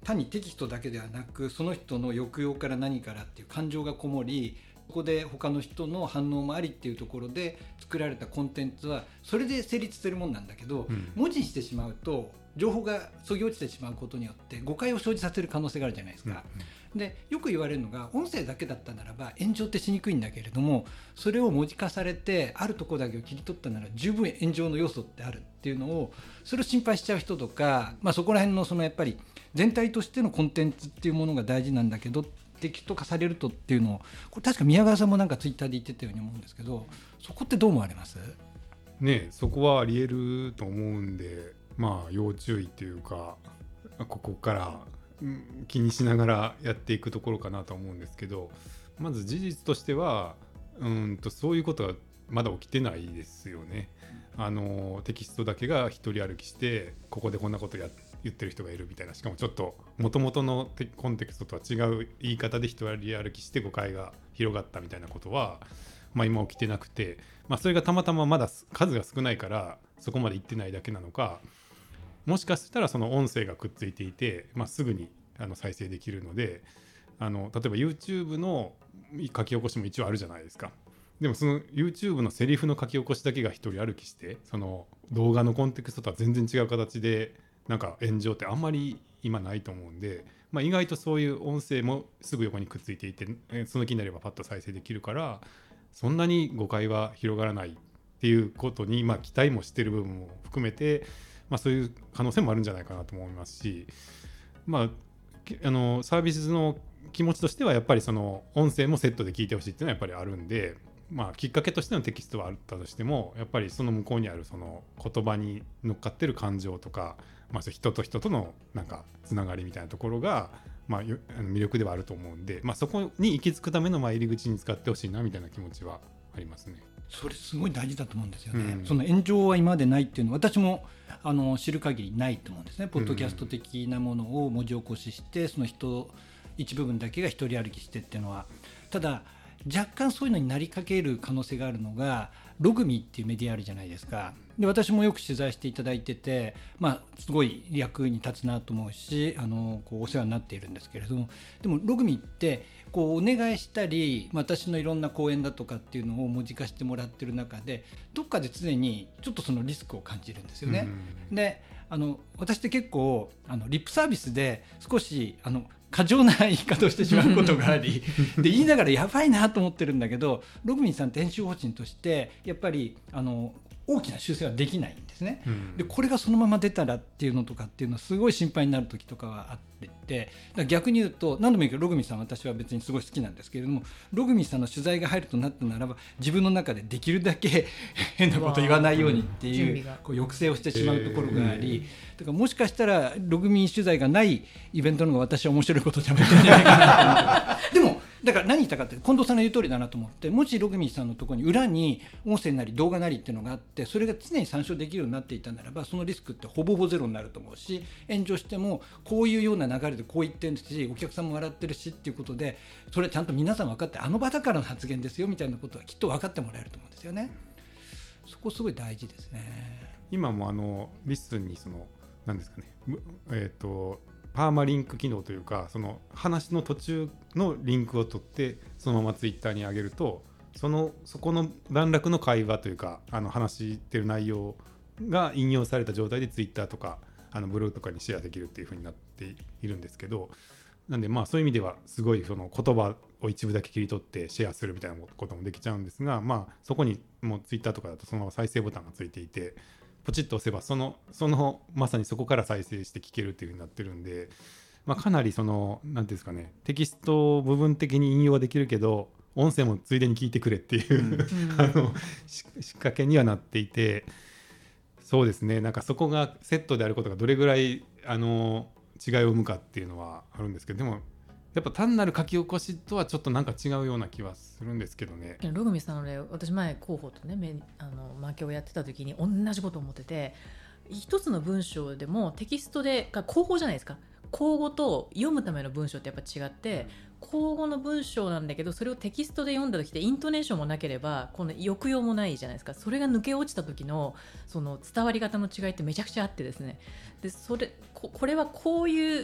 単にテキストだけではなくその人の抑揚から何からっていう感情がこもり、ここで他の人の反応もありっていうところで作られたコンテンツはそれで成立するもんなんだけど、うん、文字にしてしまうと情報がそぎ落ちてしまうことによって誤解を生じさせる可能性があるじゃないですか、うんうん、でよく言われるのが音声だけだったならば炎上ってしにくいんだけれども、それを文字化されてあるところだけを切り取ったなら十分炎上の要素ってあるっていうのを、それを心配しちゃう人とか、まあ、そこら辺のそのやっぱり全体としてのコンテンツっていうものが大事なんだけどテキスト化されるとっていうのを、これ確か宮川さんもなんかツイッターで言ってたように思うんですけど、そこってどう思われますね。そこはありえると思うんで、まあ要注意っていうか、ここから気にしながらやっていくところかなと思うんですけど、まず事実としてはうんとそういうことはまだ起きてないですよね。あのテキストだけが一人歩きしてここでこんなことや言ってる人がいるみたいな、しかもちょっと元々のコンテキストとは違う言い方で一人歩きして誤解が広がったみたいなことは、まあ、今起きてなくて、まあ、それがたまたままだ数が少ないからそこまでいってないだけなのか、もしかしたらその音声がくっついていて、まあ、すぐにあの再生できるので、あの例えば YouTube の書き起こしも一応あるじゃないですか。でもその YouTube のセリフの書き起こしだけが一人歩きして、その動画のコンテクストとは全然違う形でなんか炎上ってあんまり今ないと思うんで、まあ、意外とそういう音声もすぐ横にくっついていて、その気になればパッと再生できるから、そんなに誤解は広がらないっていうことに、まあ、期待もしてる部分も含めて、まあ、そういう可能性もあるんじゃないかなと思いますし、まあ、あのサービスの気持ちとしてはやっぱりその音声もセットで聞いてほしいっていうのはやっぱりあるんで、まあ、きっかけとしてのテキストはあったとしても、やっぱりその向こうにあるその言葉に乗っかってる感情とか、まあ、人と人とのなんかつながりみたいなところが、まあ、魅力ではあると思うんで、まあ、そこに行き着くためのまあ入り口に使ってほしいなみたいな気持ちはありますね。 それすごい大事だと思うんですよね、うん、その炎上は今までないっていうのは私もあの知る限りないと思うんですね。ポッドキャスト的なものを文字起こしして、その人一部分だけが一人歩きしてっていうのは、ただ若干そういうのになりかける可能性があるのがログミっていうメディアあるじゃないですか。で私もよく取材していただいてて、まあ、すごい役に立つなと思うし、あのこうお世話になっているんですけれども、でもログミってこうお願いしたり私のいろんな講演だとかっていうのを文字化してもらってる中で、どっかで常にちょっとそのリスクを感じるんですよね。であの私って結構あのリップサービスで少しあの過剰な言い方をしてしまうことがありで言いながらやばいなと思ってるんだけど、ログミンさんって編集方針としてやっぱりあの大きな修正はできないんですね、うん、でこれがそのまま出たらっていうのとかっていうのはすごい心配になる時とかはあってて、だから逆に言うと何度も言うけどログミさん私は別にすごい好きなんですけれども、ログミさんの取材が入るとなったならば自分の中でできるだけ変なこと言わないようにっていう、こう抑制をしてしまうところがあり、だからもしかしたらログミ取材がないイベントの方が私は面白いことを喋ってるんじゃないかなとでもだから何言ったかって近藤さんの言う通りだなと思って、もしログミさんのところに裏に音声なり動画なりっていうのがあって、それが常に参照できるようになっていたならば、そのリスクってほぼほぼゼロになると思うし、炎上してもこういうような流れでこう言ってるし、お客さんも笑ってるしっていうことで、それちゃんと皆さん分かって、あの場だからの発言ですよみたいなことはきっと分かってもらえると思うんですよね。そこすごい大事ですね。 今もあのリスンにその何ですかね、えっとパーマリンク機能というか、その話の途中のリンクを取ってそのままツイッターに上げると、そのそこの段落の会話というか、あの話してる内容が引用された状態でツイッターとかあのブログとかにシェアできるっていう風になっているんですけど、なんでまあそういう意味ではすごいその言葉を一部だけ切り取ってシェアするみたいなこともできちゃうんですが、まあそこにもうツイッターとかだとそのまま再生ボタンがついていて、ポチッと押せばそのそのまさにそこから再生して聞けるっていう風になってるんで、まあ、かなりその何ていうんですかね、テキストを部分的に引用はできるけど音声もついでに聞いてくれっていう、うん、あの仕掛けにはなっていて、そうですね、なんかそこがセットであることがどれぐらいあの違いを生むかっていうのはあるんですけど、でもやっぱ単なる書き起こしとはちょっとなんか違うような気はするんですけどね。 ログミさんのね、私前広報とねあのマーケをやってた時に同じことを思ってて、一つの文章でもテキストで口語じゃないですか、口語と読むための文章ってやっぱ違って、口語の文章なんだけどそれをテキストで読んだ時ってイントネーションもなければこの抑揚もないじゃないですか。それが抜け落ちた時のその伝わり方の違いってめちゃくちゃあってですね、でそれ こ, これはこういう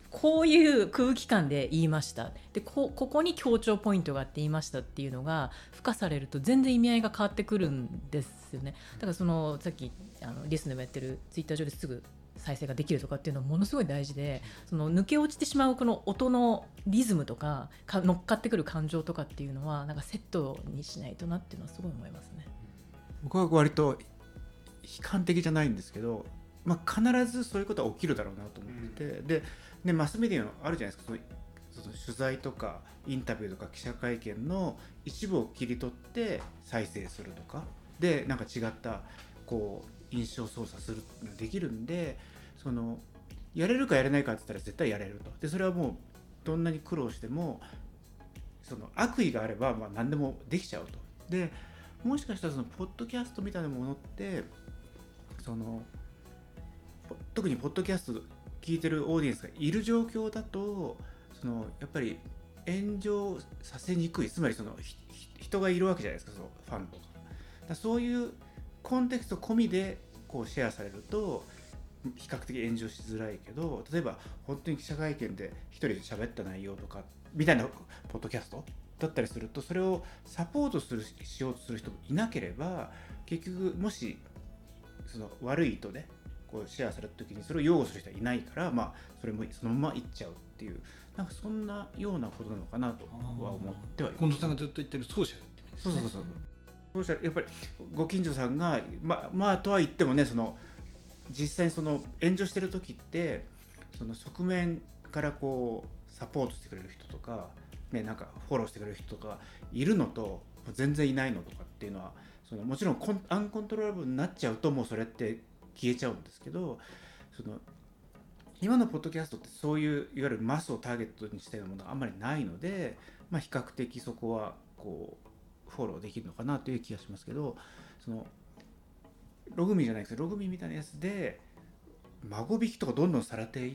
こういう空気感で言いましたで こ, ここに強調ポイントがあって言いましたっていうのが付加されると全然意味合いが変わってくるんですよね。だからそのさっきあのリスンでもやってるツイッター上ですぐ再生ができるとかっていうのはものすごい大事で、その抜け落ちてしまうこの音のリズムと か, か乗っかってくる感情とかっていうのはなんかセットにしないとなっていうのはすごい思いますね。 僕は割と悲観的じゃないんですけど、まあ、必ずそういうことは起きるだろうなと思ってて、うん、で, でマスメディアのあるじゃないですか、そのその取材とかインタビューとか記者会見の一部を切り取って再生するとかでなんか違ったこう印象操作するのができるんで、そのやれるかやれないかって言ったら絶対やれると。でそれはもうどんなに苦労してもその悪意があればまあ何でもできちゃうと。でもしかしたらそのポッドキャストみたいなものってその特にポッドキャスト聞いてるオーディエンスがいる状況だとそのやっぱり炎上させにくい、つまりその人がいるわけじゃないですか、そのファンとか。だそういうコンテクスト込みでこうシェアされると比較的炎上しづらいけど、例えば本当に記者会見で一人で喋った内容とかみたいなポッドキャストだったりすると、それをサポートするしようとする人もいなければ、結局もしその悪い意図でこうシェアされた時にそれを擁護する人はいないから、まあ、それもそのままいっちゃうっていう、なんかそんなようなことなのかなとは思ってはいます。 近藤さんがずっと言ってるソーシャルって意味ですね。 そうそうそうそう。ソーシャルやっぱりご近所さんがま, まあとは言ってもね、その実際にその炎上してる時ってその側面からこうサポートしてくれる人とか、ね、なんかフォローしてくれる人とかいるのと全然いないのとかっていうのはそのもちろんコンアンコントローラブルになっちゃうともうそれって消えちゃうんですけど、その今のポッドキャストってそういういわゆるマスをターゲットにしたようなものがあんまりないので、まあ、比較的そこはこうフォローできるのかなという気がしますけど、そのログミじゃないですけどログミみたいなやつで孫引きとかどんどんされていって、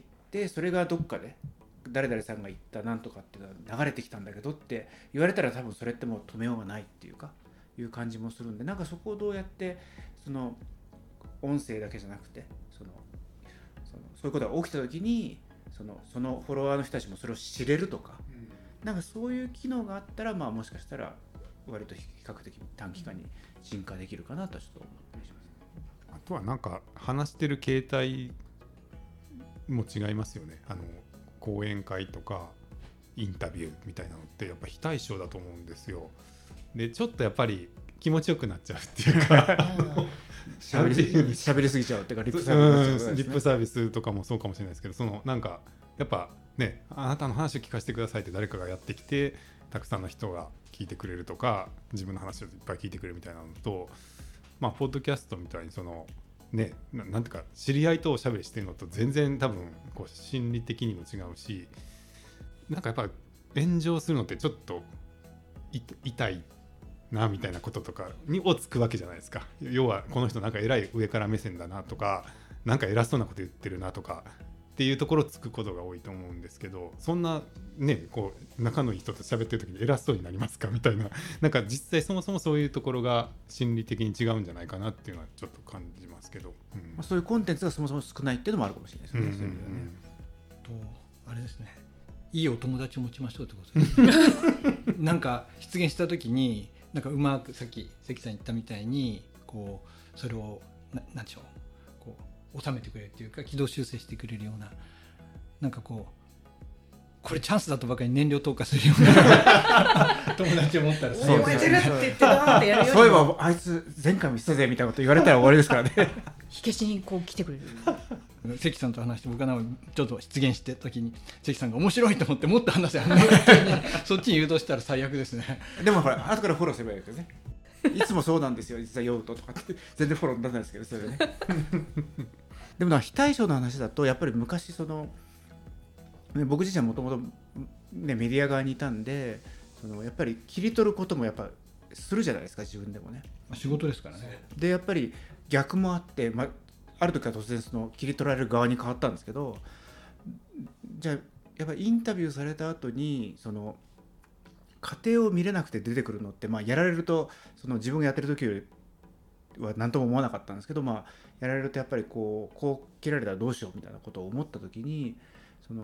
それがどっかで誰々さんが言ったなんとかっていうのは流れてきたんだけどって言われたら多分それってもう止めようがないっていうかいう感じもするんで、なんかそこをどうやってその音声だけじゃなくてそのそのそういうことが起きた時にそのそのフォロワーの人たちもそれを知れるとか、うん、なんかそういう機能があったら、まあ、もしかしたら割と比較的短期間に進化できるかなとちょっと思ったりします。 あとはなんか話してる形態も違いますよね。あの講演会とかインタビューみたいなのってやっぱ非対称だと思うんですよ。でちょっとやっぱり気持ちよくなっちゃうっていうか喋り, 喋りすぎちゃうっていうかリップサービス、ね、 リップサービスとかもそうかもしれないですけど、そのなんかやっぱね、あなたの話を聞かせてくださいって誰かがやってきてたくさんの人が聞いてくれるとか自分の話をいっぱい聞いてくれるみたいなのと、まあポッドキャストみたいにそのね、な, なんていうか知り合いとおしゃべりしてるのと全然多分こう心理的にも違うし、なんかやっぱ炎上するのってちょっと痛いなみたいなこととかにをつくわけじゃないですか。要はこの人なんか偉い上から目線だなとか、なんか偉そうなこと言ってるなとかっていうところをつくことが多いと思うんですけど、そんなねこう仲のいい人と喋ってる時に偉そうになりますかみたいな、なんか実際そもそもそういうところが心理的に違うんじゃないかなっていうのはちょっと感じますけど、うんまあ、そういうコンテンツがそもそも少ないっていうのもあるかもしれないですね。うんうんうん、 とあれですね、いいお友達を持ちましょうってことですねなんか出現した時になんかうまくさっき関さん言ったみたいにこうそれをななんでしょうこう収めてくれるっていうか軌道修正してくれるような、なんかこうこれチャンスだとばかり燃料投下するような友達を持ったらそう覚えてるって言ってたってやるよ。 そういえばあいつ前回も言ってたぜみたいなこと言われたら終わりですからね火消しにこう来てくれる関さんと話して僕がちょっと出現して時に関さんが面白いと思ってもっと話せそっちに誘導したら最悪ですね。 でもほら後からフォローすればいいですよねいつもそうなんですよ実は酔うととかって全然フォローにならないですけどそれねでもな非対称の話だとやっぱり昔その、ね、僕自身はもともとメディア側にいたんでそのやっぱり切り取ることもやっぱするじゃないですか自分でもね。 仕事ですからね。 でやっぱり逆もあって、ま、ある時は突然その切り取られる側に変わったんですけど、じゃあやっぱりインタビューされた後にその過程を見れなくて出てくるのって、まあ、やられるとその自分がやってる時よりは何とも思わなかったんですけど、まあ、やられるとやっぱりこうこう切られたらどうしようみたいなことを思った時にその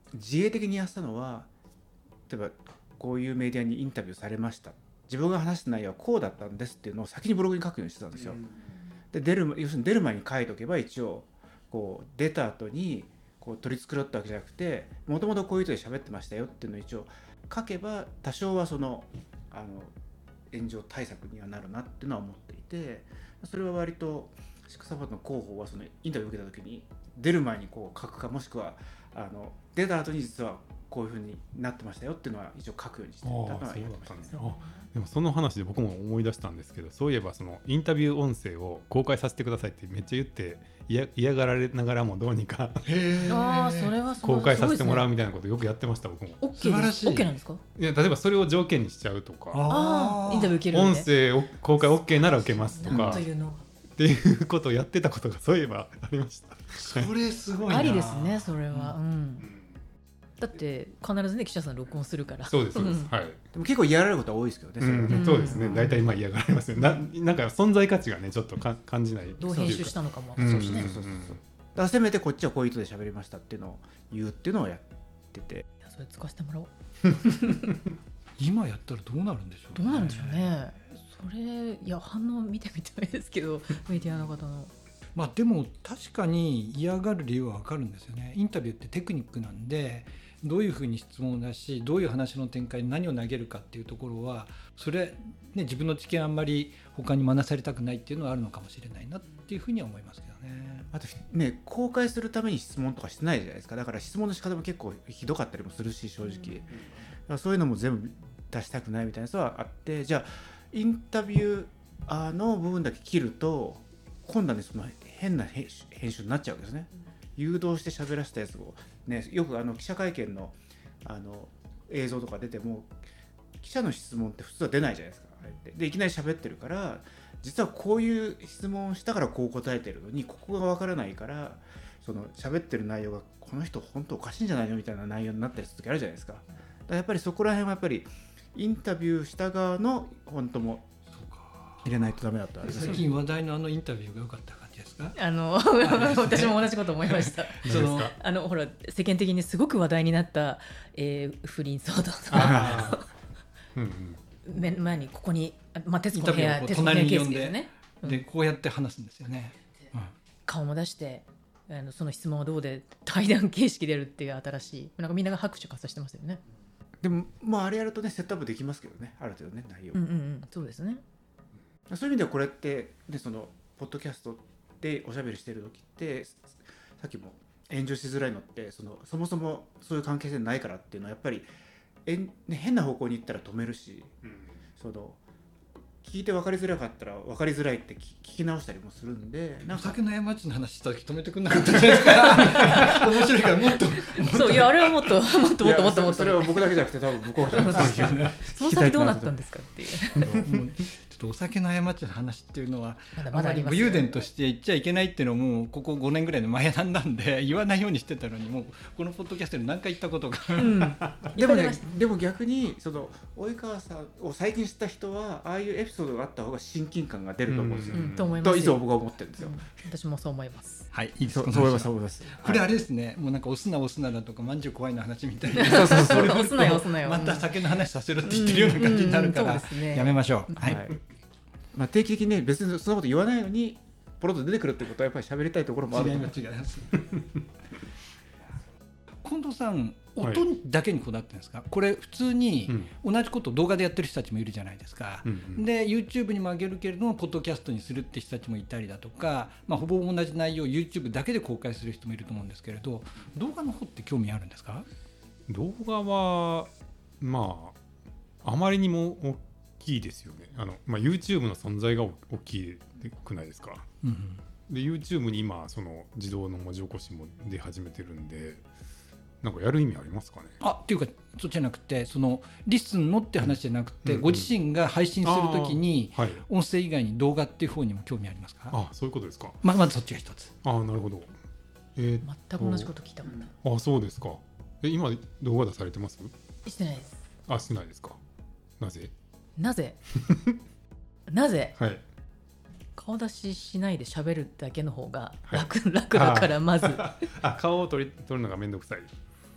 自営的にやってたのは、例えばこういうメディアにインタビューされました、自分が話した内容はこうだったんですっていうのを先にブログに書くようにしてたんですよ。で出る要するに出る前に書いとけば、一応こう出た後にこう取り繕ったわけじゃなくて、もともとこういう人で喋ってましたよっていうのを一応書けば、多少はそのあの炎上対策にはなるなっていうのは思っていて、それは割とシックスアパートの広報はそのインタビューを受けた時に出る前にこう書くか、もしくはあの出た後に実はこういう風になってましたよっていうのは一応書くようにしてたのはやってましたね。 でもその話で僕も思い出したんですけど、そういえばそのインタビュー音声を公開させてくださいってめっちゃ言って嫌、嫌がられながらもどうにかあそれは公開させてもらうみたいなことよくやってました、僕も。 OK です OK なんですか？ いや例えばそれを条件にしちゃうとか、 ああインタビュー受けるんで音声を公開 OK なら受けますとかなんというのっていうことをやってたことがそういえばありました。 それすごいな。 ありですねそれは、うんうん、だって必ずね記者さん録音するから。 そうですそうです、はい。 でも結構嫌がられることは多いですけどね、それはね、 うん、そうですね、大体まあ嫌がられますよ。な, なんか存在価値がねちょっとか感じない。 どう編集したのかもうんそうしね、 うんそうそうそう。だからせめてこっちはこういう人で喋りましたっていうのを言うっていうのをやってて、 いやそれ使わせてもらおう。 今やったらどうなるんでしょう、 どうなんでしょうね。それいや反応見てみたいですけどメディアの方の。 まあでも確かに嫌がる理由は分かるんですよね。インタビューってテクニックなんで、どういうふうに質問を出し、どういう話の展開に何を投げるかっていうところは、それ、ね、自分の知見あんまり他に学されたくないっていうのはあるのかもしれないなっていうふうには思いますけどね。 あとね、公開するために質問とかしてないじゃないですか。だから質問の仕方も結構ひどかったりもするし、正直、うんうん、だからそういうのも全部出したくないみたいなやつはあって、じゃあインタビューの部分だけ切ると今度はね、その変な編集になっちゃうんですね。誘導して喋らせたやつを、ね、よくあの記者会見 の, あの映像とか出ても記者の質問って普通は出ないじゃないですか。あれってでいきなり喋ってるから、実はこういう質問をしたからこう答えてるのにここがわからないから、その喋ってる内容がこの人本当おかしいんじゃないのみたいな内容になったりする時あるじゃないですか。だからやっぱりそこら辺はやっぱりインタビューした側の本当も入れないとダメだった。 最近話題のあのインタビューが良かった感じですか？ あの私も同じこと思いました。そのあのほら世間的にすごく話題になった、えー、不倫騒動とかうん、うん、目の前にここに、まあ、徹子の部屋、徹子の部屋ケースですね。 でこうやって話すんですよね、うん、 顔も出してあのその質問はどうで対談形式でやるっていう新しい、なんかみんなが拍手喝采してますよね。 でもまああれやるとねセットアップできますけどね、ある程度ね内容、 うんうんうん、そうですね。 そういう意味ではこれって、ね、そのポッドキャストでおしゃべりしてる時ってさっきも炎上しづらいのって そのそもそもそういう関係性ないからっていうのはやっぱりえん、ね、変な方向に行ったら止めるし、うん、その聞いて分かりづらかったら分かりづらいって聞き直したりもするんで、 なんかお酒の過ちの話した時止めてくんなかったじゃないですか面白いからもっとそういやあれはもっともっともっともっともっとそれは僕だけじゃなくて多分向こうがその先どうなったんですかっていうお酒の過ちの話っていうのはまだまだあります武勇伝として言っちゃいけないっていうのもここごねんぐらいの前なんだんで言わないようにしてたのに、もうこのポッドキャストで何回言ったことが、うん、 でもね、でも逆にその及川さんを最近知った人はああいうエピソードがあった方が親近感が出ると思うんですよ、 うんうん、と思いますといつも僕は思ってるんですよ、 うん、私もそう思います。 はい、いいですか。 そう思います思います。 これあれですね、もうなんか押すな押すなだとかまんじゅう怖いの話みたいなそうそうそう押すなよ押すなよまた酒の話させるって言ってるような感じになるから、うんうんうんね、やめましょう。はい、はい、まあ、定期的にね別にそんなこと言わないのにポロッと出てくるってことはやっぱり喋りたいところもある。 違います違います近藤さん音だけにこだわってるんですか？はい、これ普通に同じことを動画でやってる人たちもいるじゃないですか、うんうん、で YouTube にも上げるけれどもポッドキャストにするって人たちもいたりだとか、まあ、ほぼ同じ内容を YouTube だけで公開する人もいると思うんですけれど、動画の方って興味あるんですか？ 動画はまああまりにも大きいですよね。あの、まあ、YouTube の存在が大きくないですか、うんうん、で YouTube に今その自動の文字起こしも出始めてるんで、なんかやる意味ありますかね。 あっていうかそっちじゃなくて、そのリスンのって話じゃなくて、うんうん、ご自身が配信するときに、はい、音声以外に動画っていう方にも興味ありますか？ あ、そういうことですか。 ま, まずそっちが一つ。 あ、なるほど、 えー、全く同じこと聞いたもんね。 あ、そうですか。え、今動画出されてます？ してないです。 あ、してないですか。なぜなぜなぜ、 はい、 顔出ししないで喋るだけの方が 楽,、はい、楽だからまずあ、顔を撮り撮るのがめんどくさい。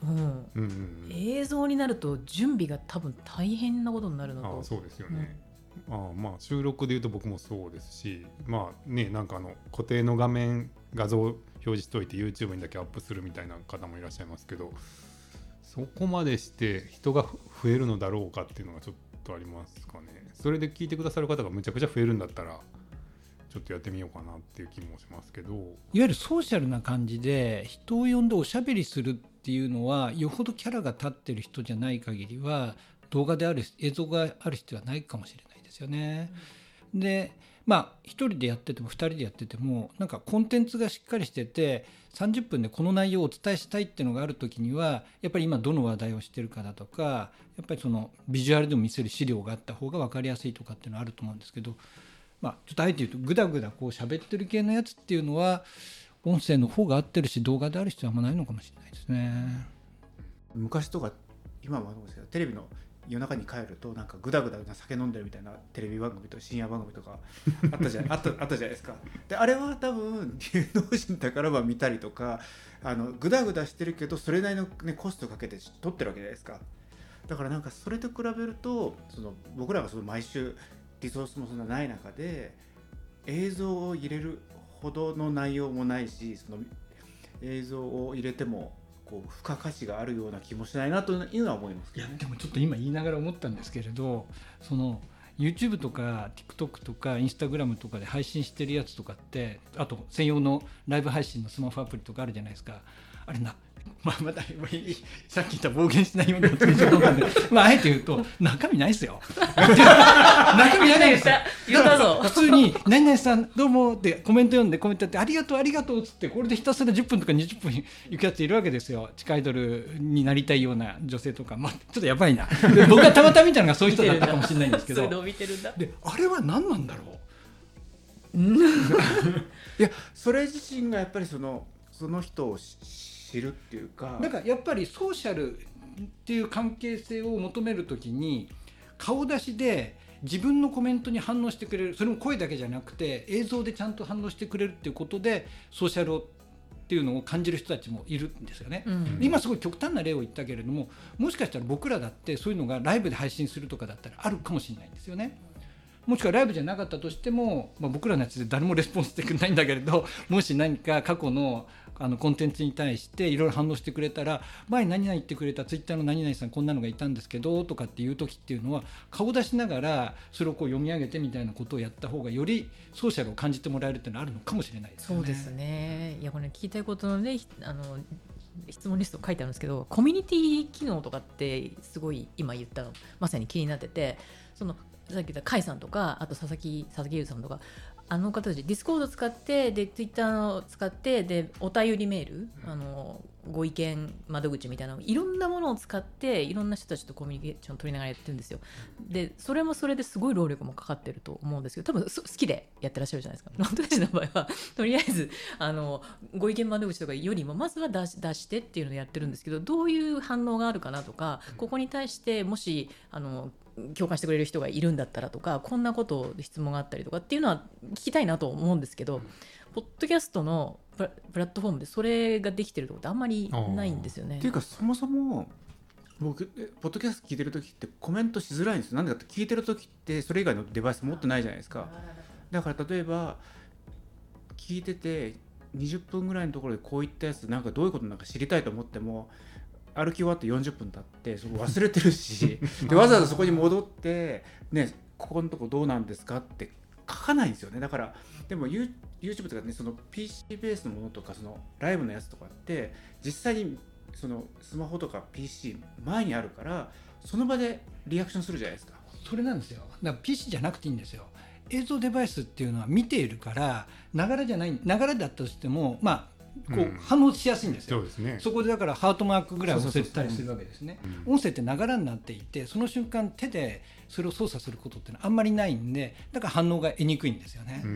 うんうんうん、映像になると準備が多分大変なことになるのと。 あそうですよね、うん、あまあ収録でいうと僕もそうですし、まあね、なんかあの固定の画面画像表示しといて YouTube にだけアップするみたいな方もいらっしゃいますけど、そこまでして人が増えるのだろうかっていうのがちょっとありますかね。それで聞いてくださる方がむちゃくちゃ増えるんだったらちょっとやってみようかなっていう気もしますけど、いわゆるソーシャルな感じで人を呼んでおしゃべりするっていうのはよほどキャラが立ってる人じゃない限りは動画である映像がある必要はないかもしれないですよね。でまあ一人でやってても二人でやっててもなんかコンテンツがしっかりしててさんじゅっぷんでこの内容をお伝えしたいっていうのがあるときにはやっぱり今どの話題をしてるかだとかやっぱりそのビジュアルでも見せる資料があった方が分かりやすいとかっていうのはあると思うんですけど、まあ、ちょっとあえて言うとグダグダこう喋ってる系のやつっていうのは音声の方が合ってるし動画である必要はあんまないのかもしれないですね。 昔とか今はどうですか、テレビの夜中に帰るとなんかグダグダな酒飲んでるみたいなテレビ番組と深夜番組とかあったじゃあったあったじゃないですか。であれは多分芸能人だからは見たりとかあのグダグダしてるけどそれなりの、ね、コストかけて撮ってるわけじゃないですか。だからなんかそれと比べるとその僕らがその毎週リソースもそんなない中で映像を入れるほどの内容もないしその映像を入れてもこう付加価値があるような気もしないなというのは思いますけど、ね、 いやでもちょっと今言いながら思ったんですけれどその YouTube とか TikTok とか Instagram とかで配信してるやつとかってあと専用のライブ配信のスマホアプリとかあるじゃないですか。あれなまあ、まださっき言った暴言しないようなことなんで、まあ、あえて言うと中身ないですよ中身ないですよ。普通に「何々さんどうも」ってコメント読んでコメントやって「ありがとうありがとう」っつってこれでひたすらじゅっぷんとかにじゅっぷん行くやついるわけですよ。地下アイドルになりたいような女性とか、まあ、ちょっとやばいな僕がたまたま見たのがそういう人だったかもしれないんですけどであれは何なんだろういやそれ自身がやっぱりその、その人を知るっていうか、 だからやっぱりソーシャルっていう関係性を求めるときに顔出しで自分のコメントに反応してくれる、それも声だけじゃなくて映像でちゃんと反応してくれるっていうことでソーシャルっていうのを感じる人たちもいるんですよね、うん、今すごい極端な例を言ったけれどももしかしたら僕らだってそういうのがライブで配信するとかだったらあるかもしれないんですよね。もしくはライブじゃなかったとしても、まあ、僕らのやつで誰もレスポンスしてくれないんだけれどもし何か過去のあのコンテンツに対していろいろ反応してくれたら前何々言ってくれたツイッターの何々さんこんなのがいたんですけどとかっていう時っていうのは顔出しながらそれをこう読み上げてみたいなことをやった方がよりソーシャルを感じてもらえるっていうのはあるのかもしれないですね。 そうですね。いやこれ聞きたいことのねあの質問リスト書いてあるんですけどコミュニティ機能とかってすごい今言ったのまさに気になっててそのさっき言った甲斐さんとかあと佐々木佐々木優さんとかあの方たちディスコード使ってでツイッターを使ってでお便りメールあのご意見窓口みたいないろんなものを使っていろんな人たちとコミュニケーション取りながらやってるんですよ。でそれもそれですごい労力もかかってると思うんですけど多分好きでやってらっしゃるじゃないですか。私たちの場合はとりあえずあのご意見窓口とかよりもまずは出し、出してっていうのをやってるんですけどどういう反応があるかなとかここに対してもしあの共感してくれる人がいるんだったらとかこんなことを質問があったりとかっていうのは聞きたいなと思うんですけどポッドキャストのプ ラ, プラットフォームでそれができてるところってあんまりないんですよね。 っていうかそもそも僕ポッドキャスト聞いてる時ってコメントしづらいんですよ。なんでかって聞いてる時ってそれ以外のデバイス持ってないじゃないですか。だから例えば聞いててにじゅっぷんぐらいのところでこういったやつなんかどういうことなのか知りたいと思っても歩き終わってよんじゅっぷん経ってそこ忘れてるしでわざわざそこに戻ってねここのとこどうなんですかって書かないんですよね。だからでも YouTube とかねその ピーシー ベースのものとかそのライブのやつとかって実際にそのスマホとか ピーシー 前にあるからその場でリアクションするじゃないですか。 それなんですよ。だから ピーシー じゃなくていいんですよ。映像デバイスっていうのは見ているからながらじゃない、ながらだったとしてもまあこう反応しやすいんですよ、 うん そうですね、 そこでだからハートマークぐらい押せたりするわけですね。音声ってながらになっていてその瞬間手でそれを操作することってのはあんまりないんでだから反応が得にくいんですよね、うんうん、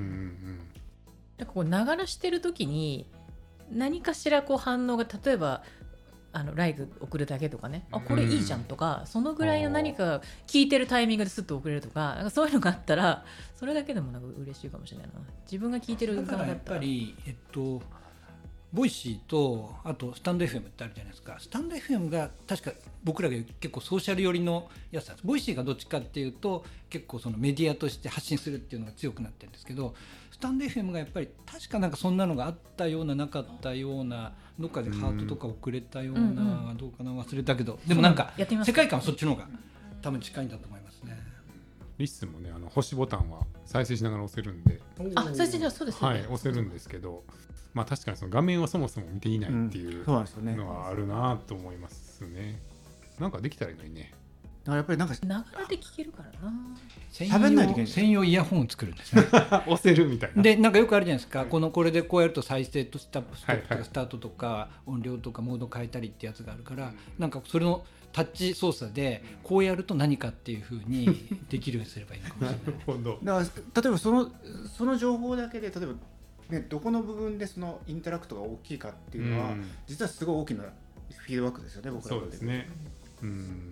だからこうながらしてる時に何かしらこう反応が例えばあのライブ送るだけとかねあこれいいじゃんとか、うん、そのぐらいの何か聞いてるタイミングでスッと送れるとか、なんかそういうのがあったらそれだけでもなんか嬉しいかもしれないな。自分が聞いてる側だったらだからやっぱりえっとボイシーとあとスタンド エフエム ってあるじゃないですか。スタンド エフエム が確か僕らが結構ソーシャル寄りのやつなんです。ボイシーがどっちかっていうと結構そのメディアとして発信するっていうのが強くなってるんですけど、スタンド エフエム がやっぱり確かなんかそんなのがあったようななかったような、どっかでハートとか遅れたような、うんうん、どうかな忘れたけど、でもなんか世界観はそっちの方が多分近いんだと思いますね。 リッスンもね、あの星ボタンは再生しながら押せるんで、 あ、再生じゃそうですね、 はい、押せるんですけど、まあ確かにその画面はそもそも見ていないっていうのはあるなと思いますね。なんかできたらいいのにね。 だからやっぱりなんかながらで聞けるからな。 喋んないといけない。専用イヤホンを作るんですね。 押せるみたいな。 でなんかよくあるじゃないですか。このこれでこうやると再生とスタップストップとかスタートとか音量とかモード変えたりってやつがあるから、なんかそれのタッチ操作でこうやると何かっていう風にできるようにすればいいのかもしれない。 なるほど。 だから例えばそのその情報だけで例えばね、どこの部分でそのインタラクトが大きいかっていうのは、うん、実はすごい大きなフィードバックですよね、僕らは。 そうですね。うん、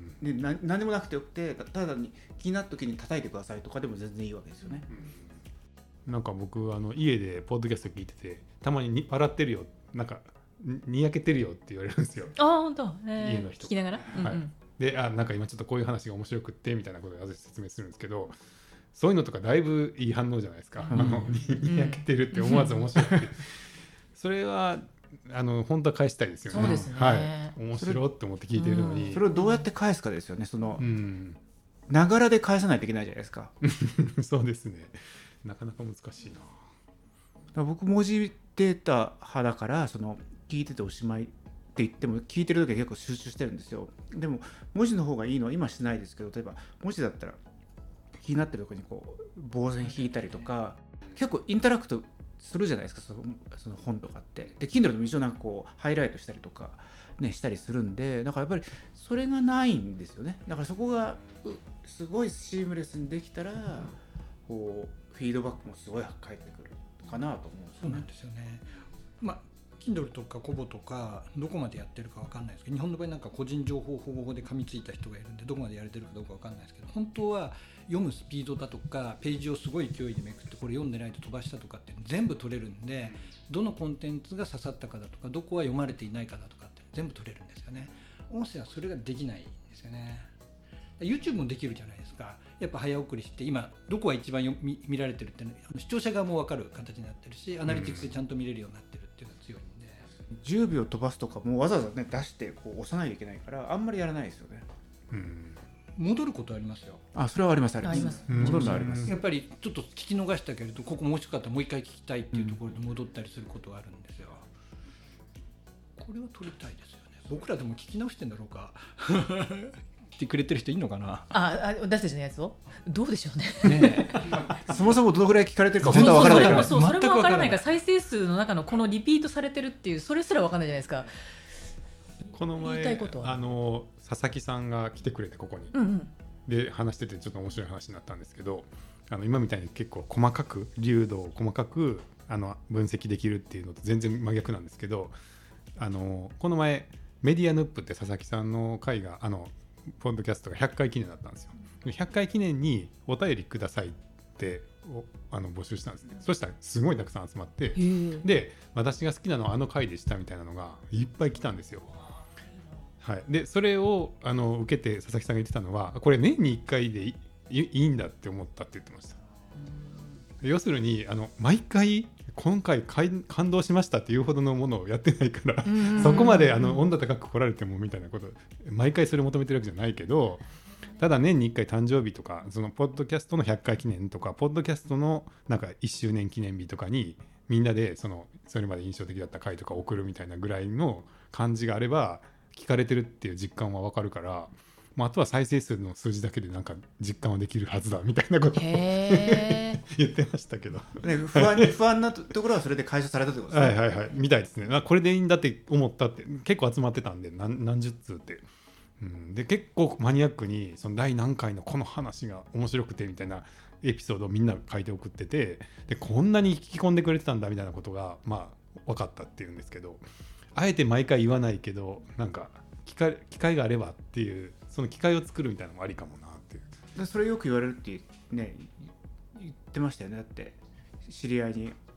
でな何でもなくてよくて、ただに気になった時に叩いてくださいとかでも全然いいわけですよね。 うん、なんか僕あの家でポッドキャスト聞いてて、たまにに笑ってるよ、なんかにやけてるよって言われるんですよ。 ああ本当、えー、 家の人聞きながら、 はい、うんうん、であなんか今ちょっとこういう話が面白くってみたいなことを説明するんですけど、そういうのとかだいぶいい反応じゃないですか。うん、あのにやけてるって思わず面白くて、うん、それはあの本当は返したいですよね。 そうですね、 はい、面白いって思って聞いてるのに、 うん、それをどうやって返すかですよね。そのながらで返さないといけないじゃないですか。 そうですね、なかなか難しいな。だから僕文字データ派だから、その聞いてておしまいって言っても聞いてる時は結構集中してるんですよ。でも文字の方がいいのは今しないですけど、例えば文字だったら気になってるところにこう棒線引いたりとか、結構インタラクトするじゃないですか、その、その本とかって。で Kindle でも一応なんかこうハイライトしたりとか、ね、したりするんで、だからやっぱりそれがないんですよね。だからそこがすごいシームレスにできたら、こうフィードバックもすごい返ってくるかなと思うんですよね。 そうなんですよね。まあKindle とかコボとかどこまでやってるか分かんないですけど、日本の場合なんか個人情報保護法で噛みついた人がいるんで、どこまでやれてるかどうか分かんないですけど、本当は読むスピードだとかページをすごい勢いでめくってこれ読んでないと飛ばしたとかって全部取れるんで、どのコンテンツが刺さったかだとかどこは読まれていないかだとかって全部取れるんですよね。音声はそれができないんですよね。YouTube もできるじゃないですか。やっぱ早送りして今どこが一番よ 見, 見られてるっていうのは視聴者側も分かる形になってるし、アナリティクスでちゃんと見れるようになってるっていうのが強いんで、 じゅうびょう飛ばすとかもわざわざ、ね、出してこう押さないといけないからあんまりやらないですよね。 うん、 戻ることありますよ。 あ、それはありますあります。 あります。 戻るのあります。 やっぱりちょっと聞き逃したけれどここもう一度かったらもう一回聞きたいっていうところで戻ったりすることがあるんですよ。これは取りたいですよね。僕らでも聞き直してんだろうか来てくれてる人いるのかな。 ああ、私たちのやつをどうでしょう ね, ねそもそもどのぐらい聞かれてるか本当は分からないから。 そうそうそう、それも分からないから、再生数の中のこのリピートされてるっていうそれすら分からないじゃないですか。 この前あの佐々木さんが来てくれてここに、 うんうん、 で話しててちょっと面白い話になったんですけど、あの今みたいに結構細かく流度を細かくあの分析できるっていうのと全然真逆なんですけど、あのこの前メディアヌップって佐々木さんの回があのポッドキャストがひゃっかい記念だったんですよ。ひゃっかい記念にお便りくださいってあの募集したんですね。そしたらすごいたくさん集まって、で私が好きなのはあの回でしたみたいなのがいっぱい来たんですよ。はい、でそれをあの受けて佐々木さんが言ってたのは、これ年にいっかいで い, い, いいんだって思ったって言ってました。要するにあの毎回今回感動しましたっていうほどのものをやってないからそこまであの温度高く来られてもみたいなこと毎回それ求めてるわけじゃないけど、ただ年にいっかい誕生日とかそのポッドキャストのひゃっかい記念とかポッドキャストのなんかいっしゅうねん記念日とかにみんなでそのそれまで印象的だった回とか送るみたいなぐらいの感じがあれば聞かれてるっていう実感は分かるから、まあ、あとは再生数の数字だけでなんか実感はできるはずだみたいなことを言ってましたけど、 ね、不安不安なところはそれで解消されたってことですね。 はいはいはいみたいですね。これでいいんだって思ったって結構集まってたんで 何, 何十通って、うん、で結構マニアックにその第何回のこの話が面白くてみたいなエピソードをみんな書いて送ってて、でこんなに聞き込んでくれてたんだみたいなことがまあ分かったっていうんですけど、あえて毎回言わないけどなんか機会、機会があればっていうその機会を作るみたいなのもありかもなっていう。 でそれよく言われるって、ね、言ってましたよね。だって知り合いに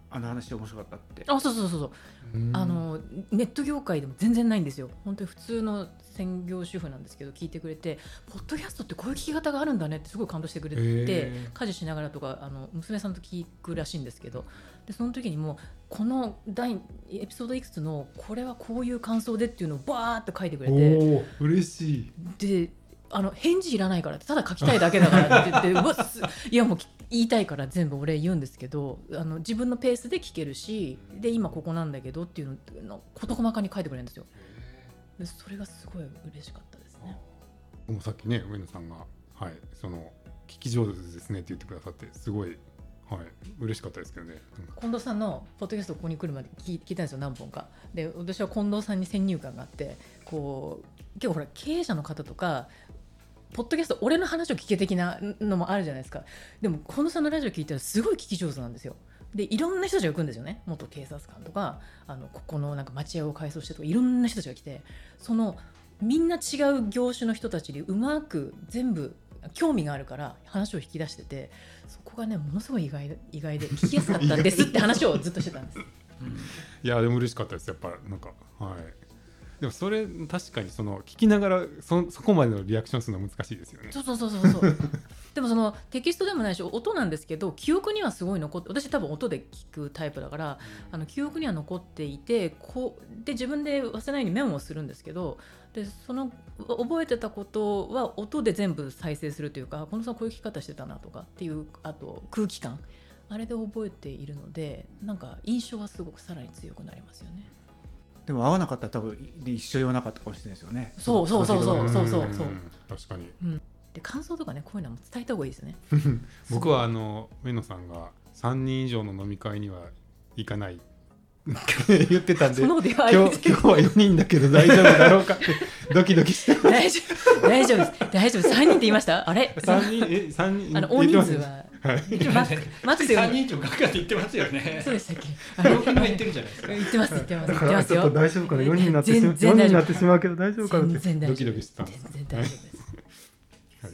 あの話面白かったって。 あ、そうそうそうそう、あのネット業界でも全然ないんですよ。本当に普通の専業主婦なんですけど聞いてくれて、ポッドキャストってこういう聞き方があるんだねってすごい感動してくれて、家事しながらとかあの娘さんと聞くらしいんですけど、でその時にもこの第エピソードいくつのこれはこういう感想でっていうのをバーって書いてくれて、 お嬉しい。 であの返事いらないからって、ただ書きたいだけだからって言ってうわいやもう言いたいから全部俺言うんですけど、あの自分のペースで聞けるし、で今ここなんだけどっていうのを事細かに書いてくれるんですよ。でそれがすごい嬉しかったですね。 もうさっきね上野さんが、はい、その聞き上手ですねって言ってくださってすごい、はい、嬉しかったですけどね。 近藤さんのポッドキャストここに来るまで 聞, 聞いたんですよ、何本かで。私は近藤さんに先入観があって、こう結構ほら経営者の方とかポッドキャスト俺の話を聞け的なのもあるじゃないですか。でも近藤さんのラジオ聞いたらすごい聞き上手なんですよ。でいろんな人たちが来るんですよね。元警察官とかあのここのなんか町屋を改装してとかいろんな人たちが来て、そのみんな違う業種の人たちにうまく全部興味があるから話を引き出してて、そこがねものすごい意外で、意外で聞きやすかったんですって話をずっとしてたんです。 いやでも嬉しかったです。やっぱなんかはい。でもそれ確かにその聞きながら そ, そこまでのリアクションするのは難しいですよね。 そうそうそうそうそうでもそのテキストでもないし音なんですけど、記憶にはすごい残って、私多分音で聞くタイプだから、うん、あの記憶には残っていて、こうで自分で忘れないようにメモをするんですけど、でその覚えてたことは音で全部再生するというか、このさんこういう聞き方してたなとかっていう、あと空気感あれで覚えているので、なんか印象はすごくさらに強くなりますよね。 でも合わなかったら多分一生言わなかったかもしれないですよね。 そうそうそうそうそうそうそう、 確かに、 うん、で感想とかねこういうのも伝えた方がいいですね僕はあの上野さんがさんにん以上の飲み会には行かない言ってたんで、今日、今日はよにんだけど大丈夫だろうかってドキドキして大丈夫大丈夫です大丈夫さんにんって言いました？あれさんにんえさんにんあの大人数ははい、 マックスさんにん以上ガクガク言ってますよね。 そうでしたっけ？ あの言ってるじゃないですか。 言ってます言ってます。 だからちょっと大丈夫かな、よにんになってしまう、よにんになってしまうけど大丈夫かなって全然大丈夫、 ドキドキしてたんです。 全然大丈夫です。 はい、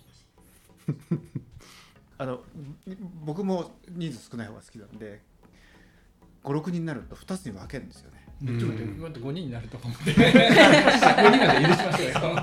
あの僕も人数少ない方が好きなんで、ご、ろくにんになるとふたつに分けるんですよね。 ちょっと待って、今ってごにんになると思ってごにんまで許しましょうよ。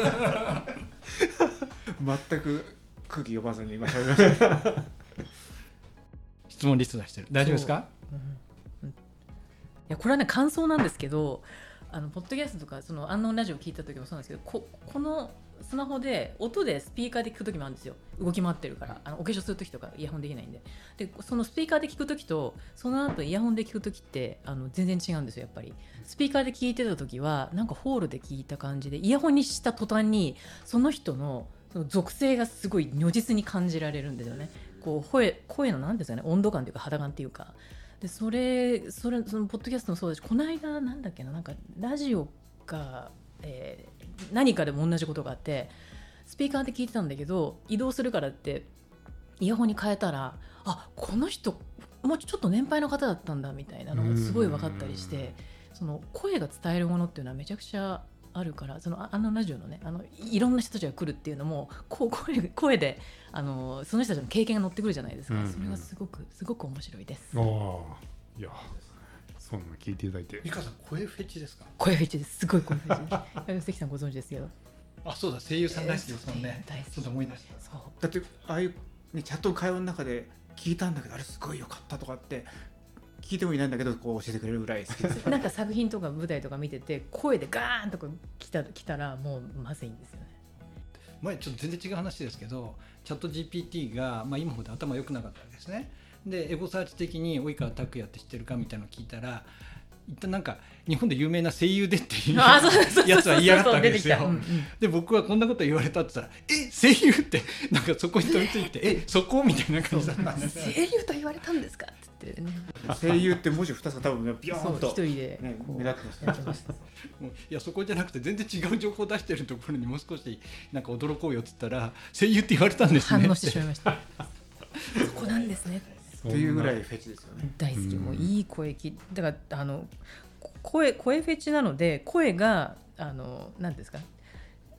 全く空気読まずに今喋りました質問リスト出してる。大丈夫ですか？ うん、いやこれはね感想なんですけど、あのポッドキャストとかそのアンノンラジオ聞いた時もそうなんですけど、こ, このスマホで音でスピーカーで聞く時もあるんですよ。動き回ってるから、あのお化粧する時とかイヤホンできないんで、でそのスピーカーで聞く時とその後イヤホンで聞く時ってあの全然違うんですよ。やっぱりスピーカーで聞いてた時はなんかホールで聞いた感じで、イヤホンにした途端にその人のその属性がすごい如実に感じられるんですよね。こう 声, 声のなんですかね、温度感というか肌感というかで、それそれそのポッドキャストもそうだし、この間なんだっけな、なんかラジオか、えー、何かでも同じことがあって、スピーカーで聞いてたんだけど移動するからってイヤホンに変えたら、あこの人もうちょっと年配の方だったんだみたいなのがすごい分かったりして、その声が伝えるものっていうのはめちゃくちゃあるから、そのあのラジオのね、あのいろんな人たちが来るっていうのもこう 声, 声であのその人たちの経験が乗ってくるじゃないですか、うんうん、それがすごくすごく面白いです。 あいやそうなの聞いていただいて。 美香さん声フェチですか？ 声フェチです、すごい声フェチです関さんご存知ですけど。 あそうだ、声優さん大好きですもんね。大好き。そうだ思い出した。 そうだってああいう、ね、チャットの会話の中で聞いたんだけどあれすごい良かったとかって聞いてもいないんだけどこう教えてくれるぐらい好きですなんか作品とか舞台とか見てて声でガーンとか来た、来たらもうまずいんですよね。 前ちょっと全然違う話ですけど、チャット ジーピーティー が、まあ、今ほど頭良くなかったんですね。でエゴサーチ的に及川拓也って知ってるかみたいなのを聞いたら、一旦なんか日本で有名な声優でっていうやつは言いやがったわけですよ。で僕はこんなこと言われたって言ったら、え声優ってなんかそこに飛びついてえそこみたいな感じだったんです声優と言われたんですかって言ってね。 声優って文字ふたつが多分ビヨーンと一人で、 ね、目立ってました。 いやそこじゃなくて全然違う情報を出してるところにもう少しなんか驚こうよって言ったら声優って言われたんですね。 反応してしまいましたそこなんですねっていうぐらいフェチですよね。 大好き、もういい声きだからあの 声, 声フェチなので、声があの何ですか、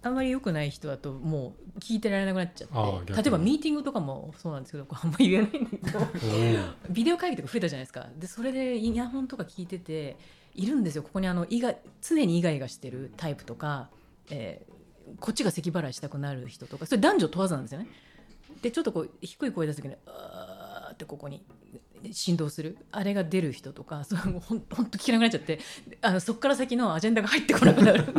あんまり良くない人だともう聞いてられなくなっちゃって例えばミーティングとかもそうなんですけどあんまり言えないんだけどビデオ会議とか増えたじゃないですかでそれでイヤホンとか聞いてているんですよここにあのイガ常にイガイガしてるタイプとか、えー、こっちが咳払いしたくなる人とかそれ男女問わずなんですよねでちょっとこう低い声出す時にあーってここに振動するあれが出る人とかそれもほんと聞けなくなっちゃってあのそこから先のアジェンダが入ってこなくなる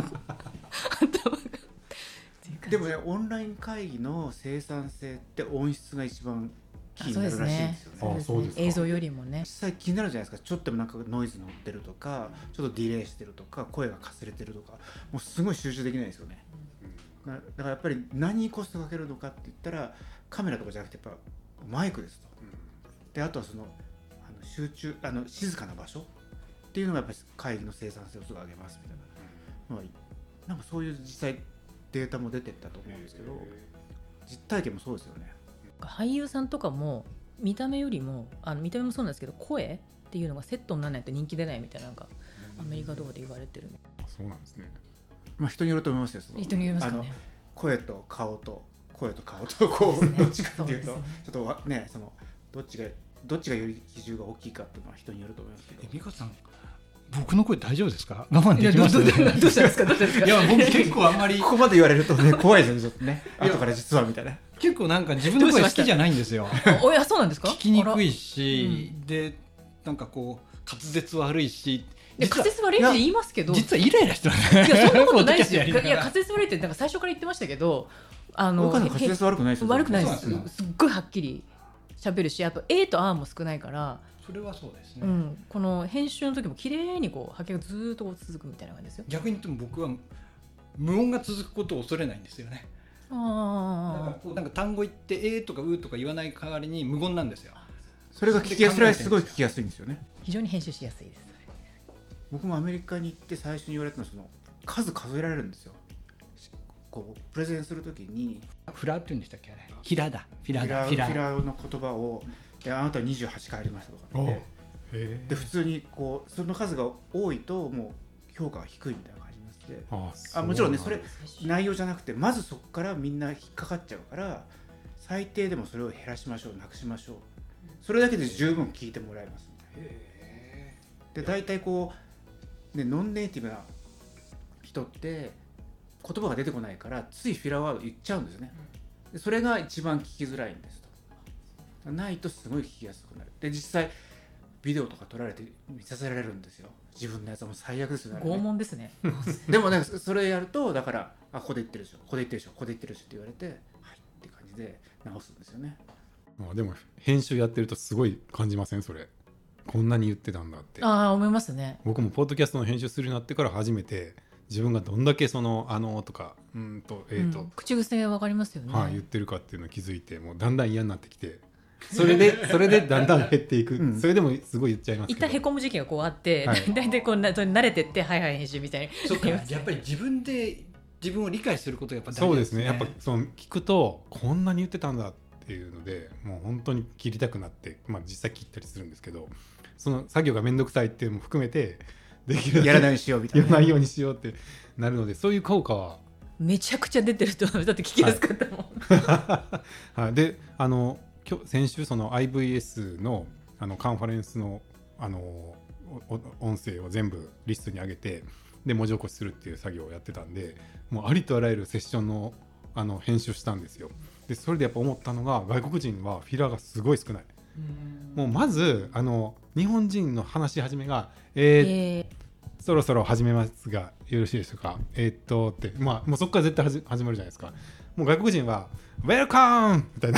でもねオンライン会議の生産性って音質が一番キーになるらしいんですよね。 そうですね。映像よりもね実際気になるじゃないですかちょっとなんかノイズ乗ってるとかちょっとディレイしてるとか声がかすれてるとかもうすごい集中できないですよね、うん、だからやっぱり何にコストかけるのかって言ったらカメラとかじゃなくてやっぱマイクですと、うん、であとはその、あの集中あの静かな場所っていうのがやっぱり会議の生産性をすごい上げますみたいなのは、うん、なんかそういう実際データも出てったと思うんですけど実体験もそうですよね。 俳優さんとかも見た目よりもあの見た目もそうなんですけど声っていうのがセットにならないと人気出ないみたいななんかアメリカとかで言われてるの。 そうなんですね。 まあ人によると思いますよ。 人によりますかね。あの声と顔と声と顔とこう、ね、どっちかっていうと、ね、ちょっとねそのどっちがどっちがより比重が大きいかっていうのは人によると思いますけど。 え美香さん僕の声大丈夫ですか？我慢できます？ どうしたんですか？どうしたんですか？ いや僕結構あんまりここまで言われるとね怖いですよねちょっとね後から実はみたいな。 結構なんか自分の声好きじゃないんですよ。 おやそうなんですか？ 聞きにくいし、うん、でなんかこう滑舌悪いし。 滑舌悪いって言いますけど実はイライラしてますね。 いやそんなことないですよ。いや滑舌悪いってなんか最初から言ってましたけど、あの僕は滑舌悪くないですよ。 悪くないです。すっごいはっきり喋るし、あと A と R も少ないから。 それはそうですね、 うん、この編集の時も綺麗にこう波形がずっとこう続くみたいな感じですよ。 逆に言っても僕は無音が続くことを恐れないんですよね。ああ、なんか単語言ってえーとかうとか言わない代わりに無言なんですよ。 それが聞きやすい、すごい聞きやすいんですよね。 非常に編集しやすいです。 僕もアメリカに行って最初に言われたのはその数数えられるんですよ。こうプレゼンするときにフラーって言うんでしたっけあれ。フィラだ。フィラだ。 フィラフィラの言葉をあなたはにじゅうはちかいありましたとかね。で普通にこうその数が多いともう評価が低いみたいな感じになって、ああもちろんねそれ内容じゃなくてまずそこからみんな引っかかっちゃうから最低でもそれを減らしましょうなくしましょうそれだけで十分聞いてもらえますみたいな。で大体こう、ね、ノンネイティブな人って言葉が出てこないからついフィラーワード言っちゃうんですね。でそれが一番聞きづらいんですと。ないとすごい聞きやすくなる。で実際ビデオとか撮られて見させられるんですよ。自分のやつはもう最悪ですよね。 拷問ですね。 でもねそれやるとだからあここで言ってるでしょここで言ってるでしょここで言ってるでしょって言われてはいって感じで直すんですよね。 あでも編集やってるとすごい感じませんそれ。こんなに言ってたんだって。 ああ思いますね。 僕もポッドキャストの編集するようになってから初めて自分がどんだけそのあのとかうんとえっ、ー、と、うん、 口癖わかりますよね。 はい、言ってるかっていうのを気づいてもうだんだん嫌になってきて。それでそれでだんだん減っていく、うん、それでもすごい言っちゃいますけど一旦へこむ時期がこうあって、はい、だいたいこうなそれ慣れてってはいはい編集みたいな。 そうかやっぱり自分で自分を理解することがやっぱ大事ですね。 そうですね。やっぱその聞くとこんなに言ってたんだっていうのでもう本当に切りたくなって、まあ、実際切ったりするんですけどその作業がめんどくさいっていうのも含めてできるだけやらないようにしようみたいなやらないようにしようってなるのでそういう効果はめちゃくちゃ出てるとだって聞きやすかったもん、 はいはい、であの今日先週その アイブイエス の, あのカンファレンス の, あの音声を全部リストに上げてで文字起こしするっていう作業をやってたんでもうありとあらゆるセッション の, あの編集したんですよ。でそれでやっぱ思ったのが外国人はフィラーがすごい少ない。もうまずあの日本人の話し始めがえー、えー、そろそろ始めますがよろしいでしょうかえー、っとって、まあ、もうそこから絶対始まるじゃないですか。もう外国人はウェルカムみたいな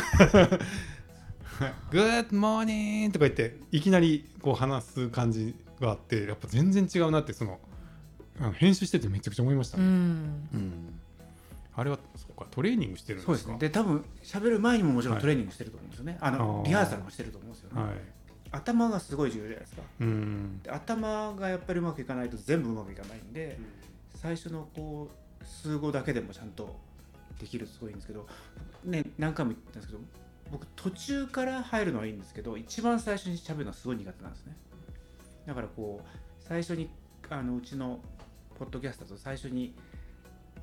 Good morning とか言っていきなりこう話す感じがあってやっぱ全然違うなってそのあの編集しててめちゃくちゃ思いましたね。うん、うん、あれはそうかトレーニングしてるんですか。 そうですね。で多分喋る前にももちろんトレーニングしてると思うんですよね、はい、あのリハーサルもしてると思うんですよね、はい、頭がすごい重要じゃないですか。うんで頭がやっぱりうまくいかないと全部うまくいかないんで、うん、最初のこう数語だけでもちゃんとできるとすごいんですけど、ね、何回も言ったんですけど僕途中から入るのはいいんですけど一番最初に喋るのはすごい苦手なんですね。だからこう最初にあのうちのポッドキャストだと最初に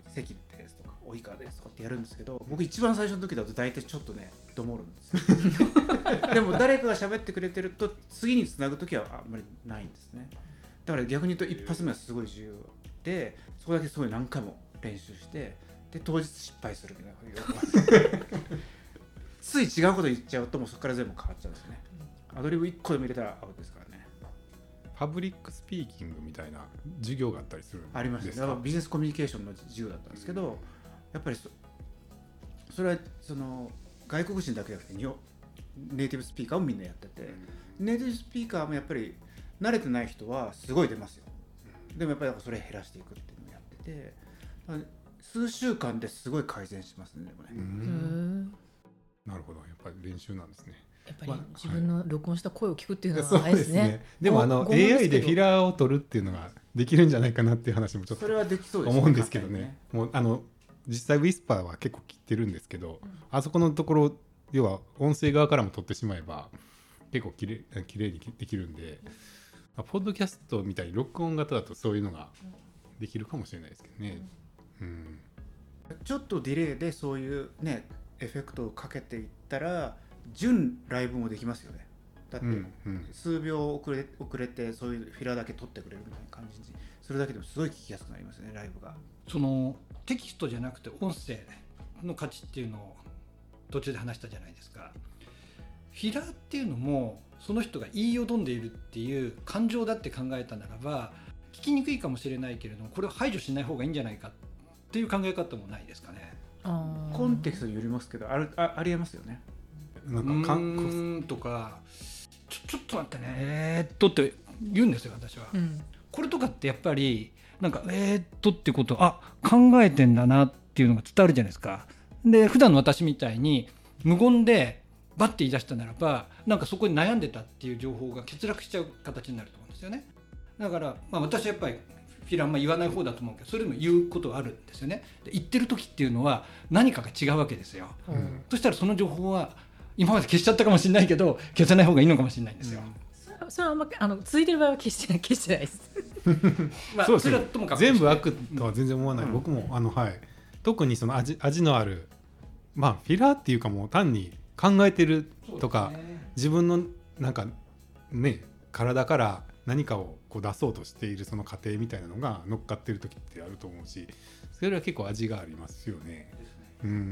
関ですとか及川ですとかってやるんですけど、僕一番最初の時だと大体ちょっとねどもるんですよでも誰かが喋ってくれてると次につなぐ時はあんまりないんですね。だから逆に言うと一発目はすごい重要で、そこだけすごい何回も練習して、で当日失敗するみたいなつい違うこと言っちゃうともうそこから全部変わっちゃうんですよね。アドリブいっこでも入れたらアウトですからね。 パブリックスピーキングみたいな授業があったりするんですか？ ありましたね。ビジネスコミュニケーションの授業だったんですけど、やっぱり そ, それはその外国人だけじゃなくてネイティブスピーカーもみんなやってて、ネイティブスピーカーもやっぱり慣れてない人はすごい出ますよ。でもやっぱりそれ減らしていくっていうのをやってて、数週間ですごい改善しますね。でもね、うーん、 なるほど、やっぱり練習なんですね。 やっぱり自分の録音した声を聞くっていうのはそうですね。でもあの エーアイ でフィラーを取るっていうのができるんじゃないかなっていう話もちょっとそれはできそうですね、 思うんですけどね。もうあの実際ウィスパーは結構切ってるんですけど、うん、あそこのところ要は音声側からも取ってしまえば結構きれい、きれいにできるんで、まあ、ポッドキャストみたいに録音型だとそういうのができるかもしれないですけどね。うん、 ちょっとディレイでそういうねエフェクトをかけていったら純ライブもできますよね。だって数秒遅れ、遅れてそういうフィラーだけ取ってくれるみたいな感じにするだけでもすごい聞きやすくなりますね、ライブが。 そのテキストじゃなくて音声の価値っていうのを途中で話したじゃないですか。フィラーっていうのもその人が言いよどんでいるっていう感情だって考えたならば聞きにくいかもしれないけれども、これを排除しない方がいいんじゃないかっていう考え方もないですかね。 あ、コンテキストによりますけど あ, る あ, ありえますよね。 なんかかんとかちょちょっと待ってねえー、っとって言うんですよ私は、うん、これとかってやっぱりなんかえー、っとってことあ考えてんだなっていうのが伝わるじゃないですか。で普段の私みたいに無言でバッて言い出したならばなんかそこに悩んでたっていう情報が欠落しちゃう形になると思うんですよね。だから、まあ、私はやっぱりフィラーあんま言わない方だと思うけど、それでも言うことはあるんですよね。で言ってる時っていうのは何かが違うわけですよ、うん、そしたらその情報は今まで消しちゃったかもしれないけど消さない方がいいのかもしれないんですよ、 うん、それはあんまあの続いてる場合は消してない消してないですまあ、そうですね、全部悪とは全然思わない、うん、僕もあの、はい、特にその 味, 味のある、まあ、フィラーっていうかもう単に考えてるとか、ね、自分のなんかね体から何かをこう出そうとしているその過程みたいなのが乗っかってる時ってあると思うし、それは結構味がありますよね。うんうんうん、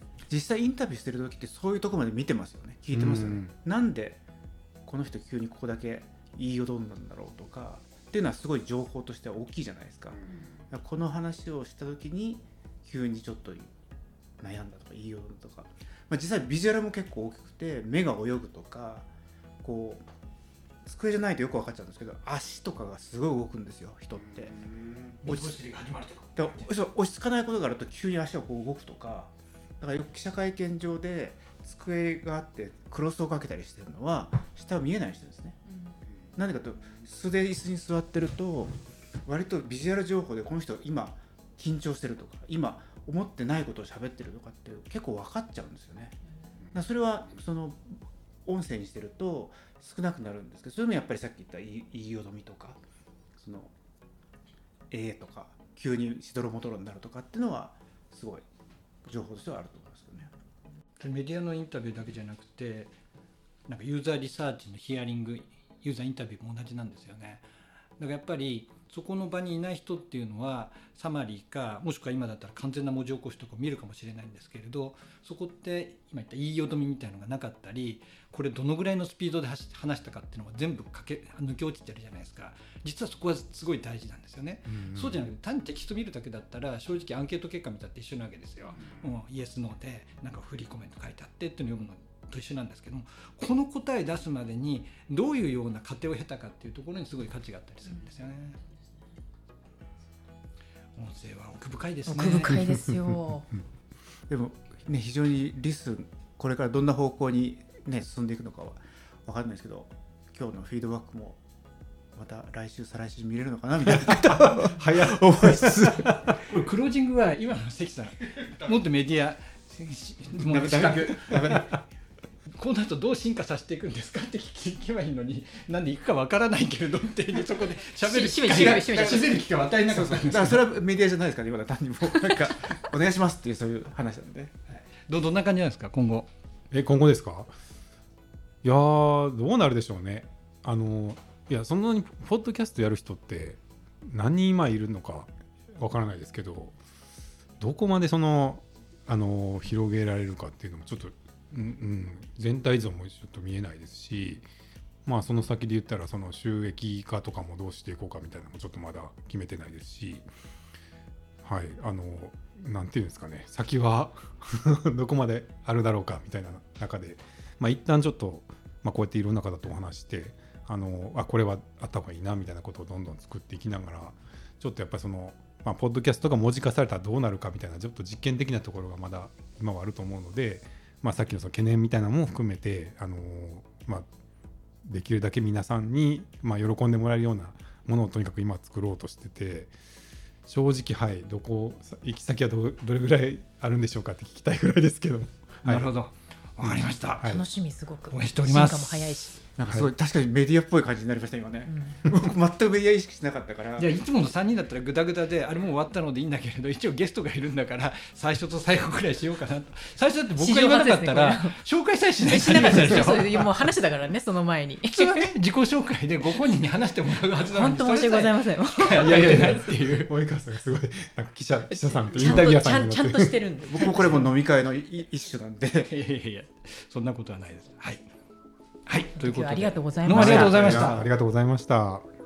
実際インタビューしてる時ってそういうところまで見てますよね、聞いてますよね、うんうん、なんでこの人急にここだけ言いよどんだんだろうとかっていうのはすごい情報としては大きいじゃないですか、うん、この話をした時に急にちょっと悩んだとか言いよどんだとか、まあ、実際ビジュアルも結構大きくて目が泳ぐとかこう机じゃないとよく分かっちゃうんですけど足とかがすごい動くんですよ人って。落ち落ち着かないことがあると急に足がこう動くとか、だからよく記者会見場で机があってクロスをかけたりしてるのは下は見えない人ですね、うん、なんでかと素で椅子に座ってると割とビジュアル情報でこの人今緊張してるとか今思ってないことを喋ってるとかって結構分かっちゃうんですよね。だからそれはその音声にしてると少なくなるんですけど、それもやっぱりさっき言った言いよどみとかそのえーとか急にしどろもどろになるとかっていうのはすごい情報としてはあると思いますけどね。 メディアのインタビューだけじゃなくてなんかユーザーリサーチのヒアリングユーザーインタビューも同じなんですよね。だからやっぱりそこの場にいない人っていうのはサマリーかもしくは今だったら完全な文字起こしとか見るかもしれないんですけれど、そこって今言った言いよどみみたいなのがなかったりこれどのぐらいのスピードで話したかっていうのが全部かけ抜け落ちてるじゃないですか。実はそこはすごい大事なんですよね、うんうん、そうじゃなくて単にテキスト見るだけだったら正直アンケート結果見たって一緒なわけですよ、うん、もうイエスノーでなんかフリーコメント書いてあってっていうのを読むのと一緒なんですけども、この答え出すまでにどういうような過程を経たかっていうところにすごい価値があったりするんですよね、うん、音声は奥深いですね。 奥深いですよでもね非常にリスンこれからどんな方向に、ね、進んでいくのかは分かんないですけど、今日のフィードバックもまた来週再来週見れるのかなみたいな早い思いつつクロージングは今の関さんもっとメディアもうこの後どう進化させていくんですかって聞けばいいのに、なんで行くかわからないけれどってそこで喋る機会が喋る機会を与えなかったんです。 だからそれはメディアじゃないですかね、今単にもうなんかお願いしますっていうそういう話なんで、はい、 ど, どんな感じなんですか今後。 え今後ですか。いやーどうなるでしょうね。あのいやそんなにポッドキャストやる人って何人今いるのかわからないですけど、どこまでそのあの広げられるかっていうのもちょっと、うんうん、全体像もちょっと見えないですし、まあその先で言ったらその収益化とかもどうしていこうかみたいなのもちょっとまだ決めてないですし、はい、あのなんていうんですかね、先はどこまであるだろうかみたいな中で、まあ一旦ちょっと、まあ、こうやっていろんな方とお話してあのあこれはあった方がいいなみたいなことをどんどん作っていきながら、ちょっとやっぱりそのまあ、ポッドキャストが文字化されたらどうなるかみたいなちょっと実験的なところがまだ今はあると思うので、まあ、さっきのその懸念みたいなのも含めて、あのーまあ、できるだけ皆さんにまあ喜んでもらえるようなものをとにかく今作ろうとしてて、正直はいどこ行き先は ど, どれぐらいあるんでしょうかって聞きたいぐらいですけども、 はい、なるほど、わかりました、 はい、楽しみ、すごく応援しております。 進化も早いし、 なんかすごい、はい、確かにメディアっぽい感じになりました今ね、うん、僕全くメディア意識しなかったから。 いやいつものさんにんだったらグダグダであれもう終わったのでいいんだけれど、一応ゲストがいるんだから最初と最後くらいしようかなと。最初だって僕が言わなかったら、ね、紹介さえしないしなかったですよ。そういうもう話だからね、その前に普通はね自己紹介でご本人に話してもらうはずなのに、 本当申し訳ございません。 いやいやいやっていう及川さんがすごいなんか記者記者さんとインタビュアーさんにちゃんとしてるんで僕もこれも飲み会の一種なんでいやいやいやそんなことはないです。はいはい、ということでありがとうございました。 ありがとうございました。 ありがとうございました。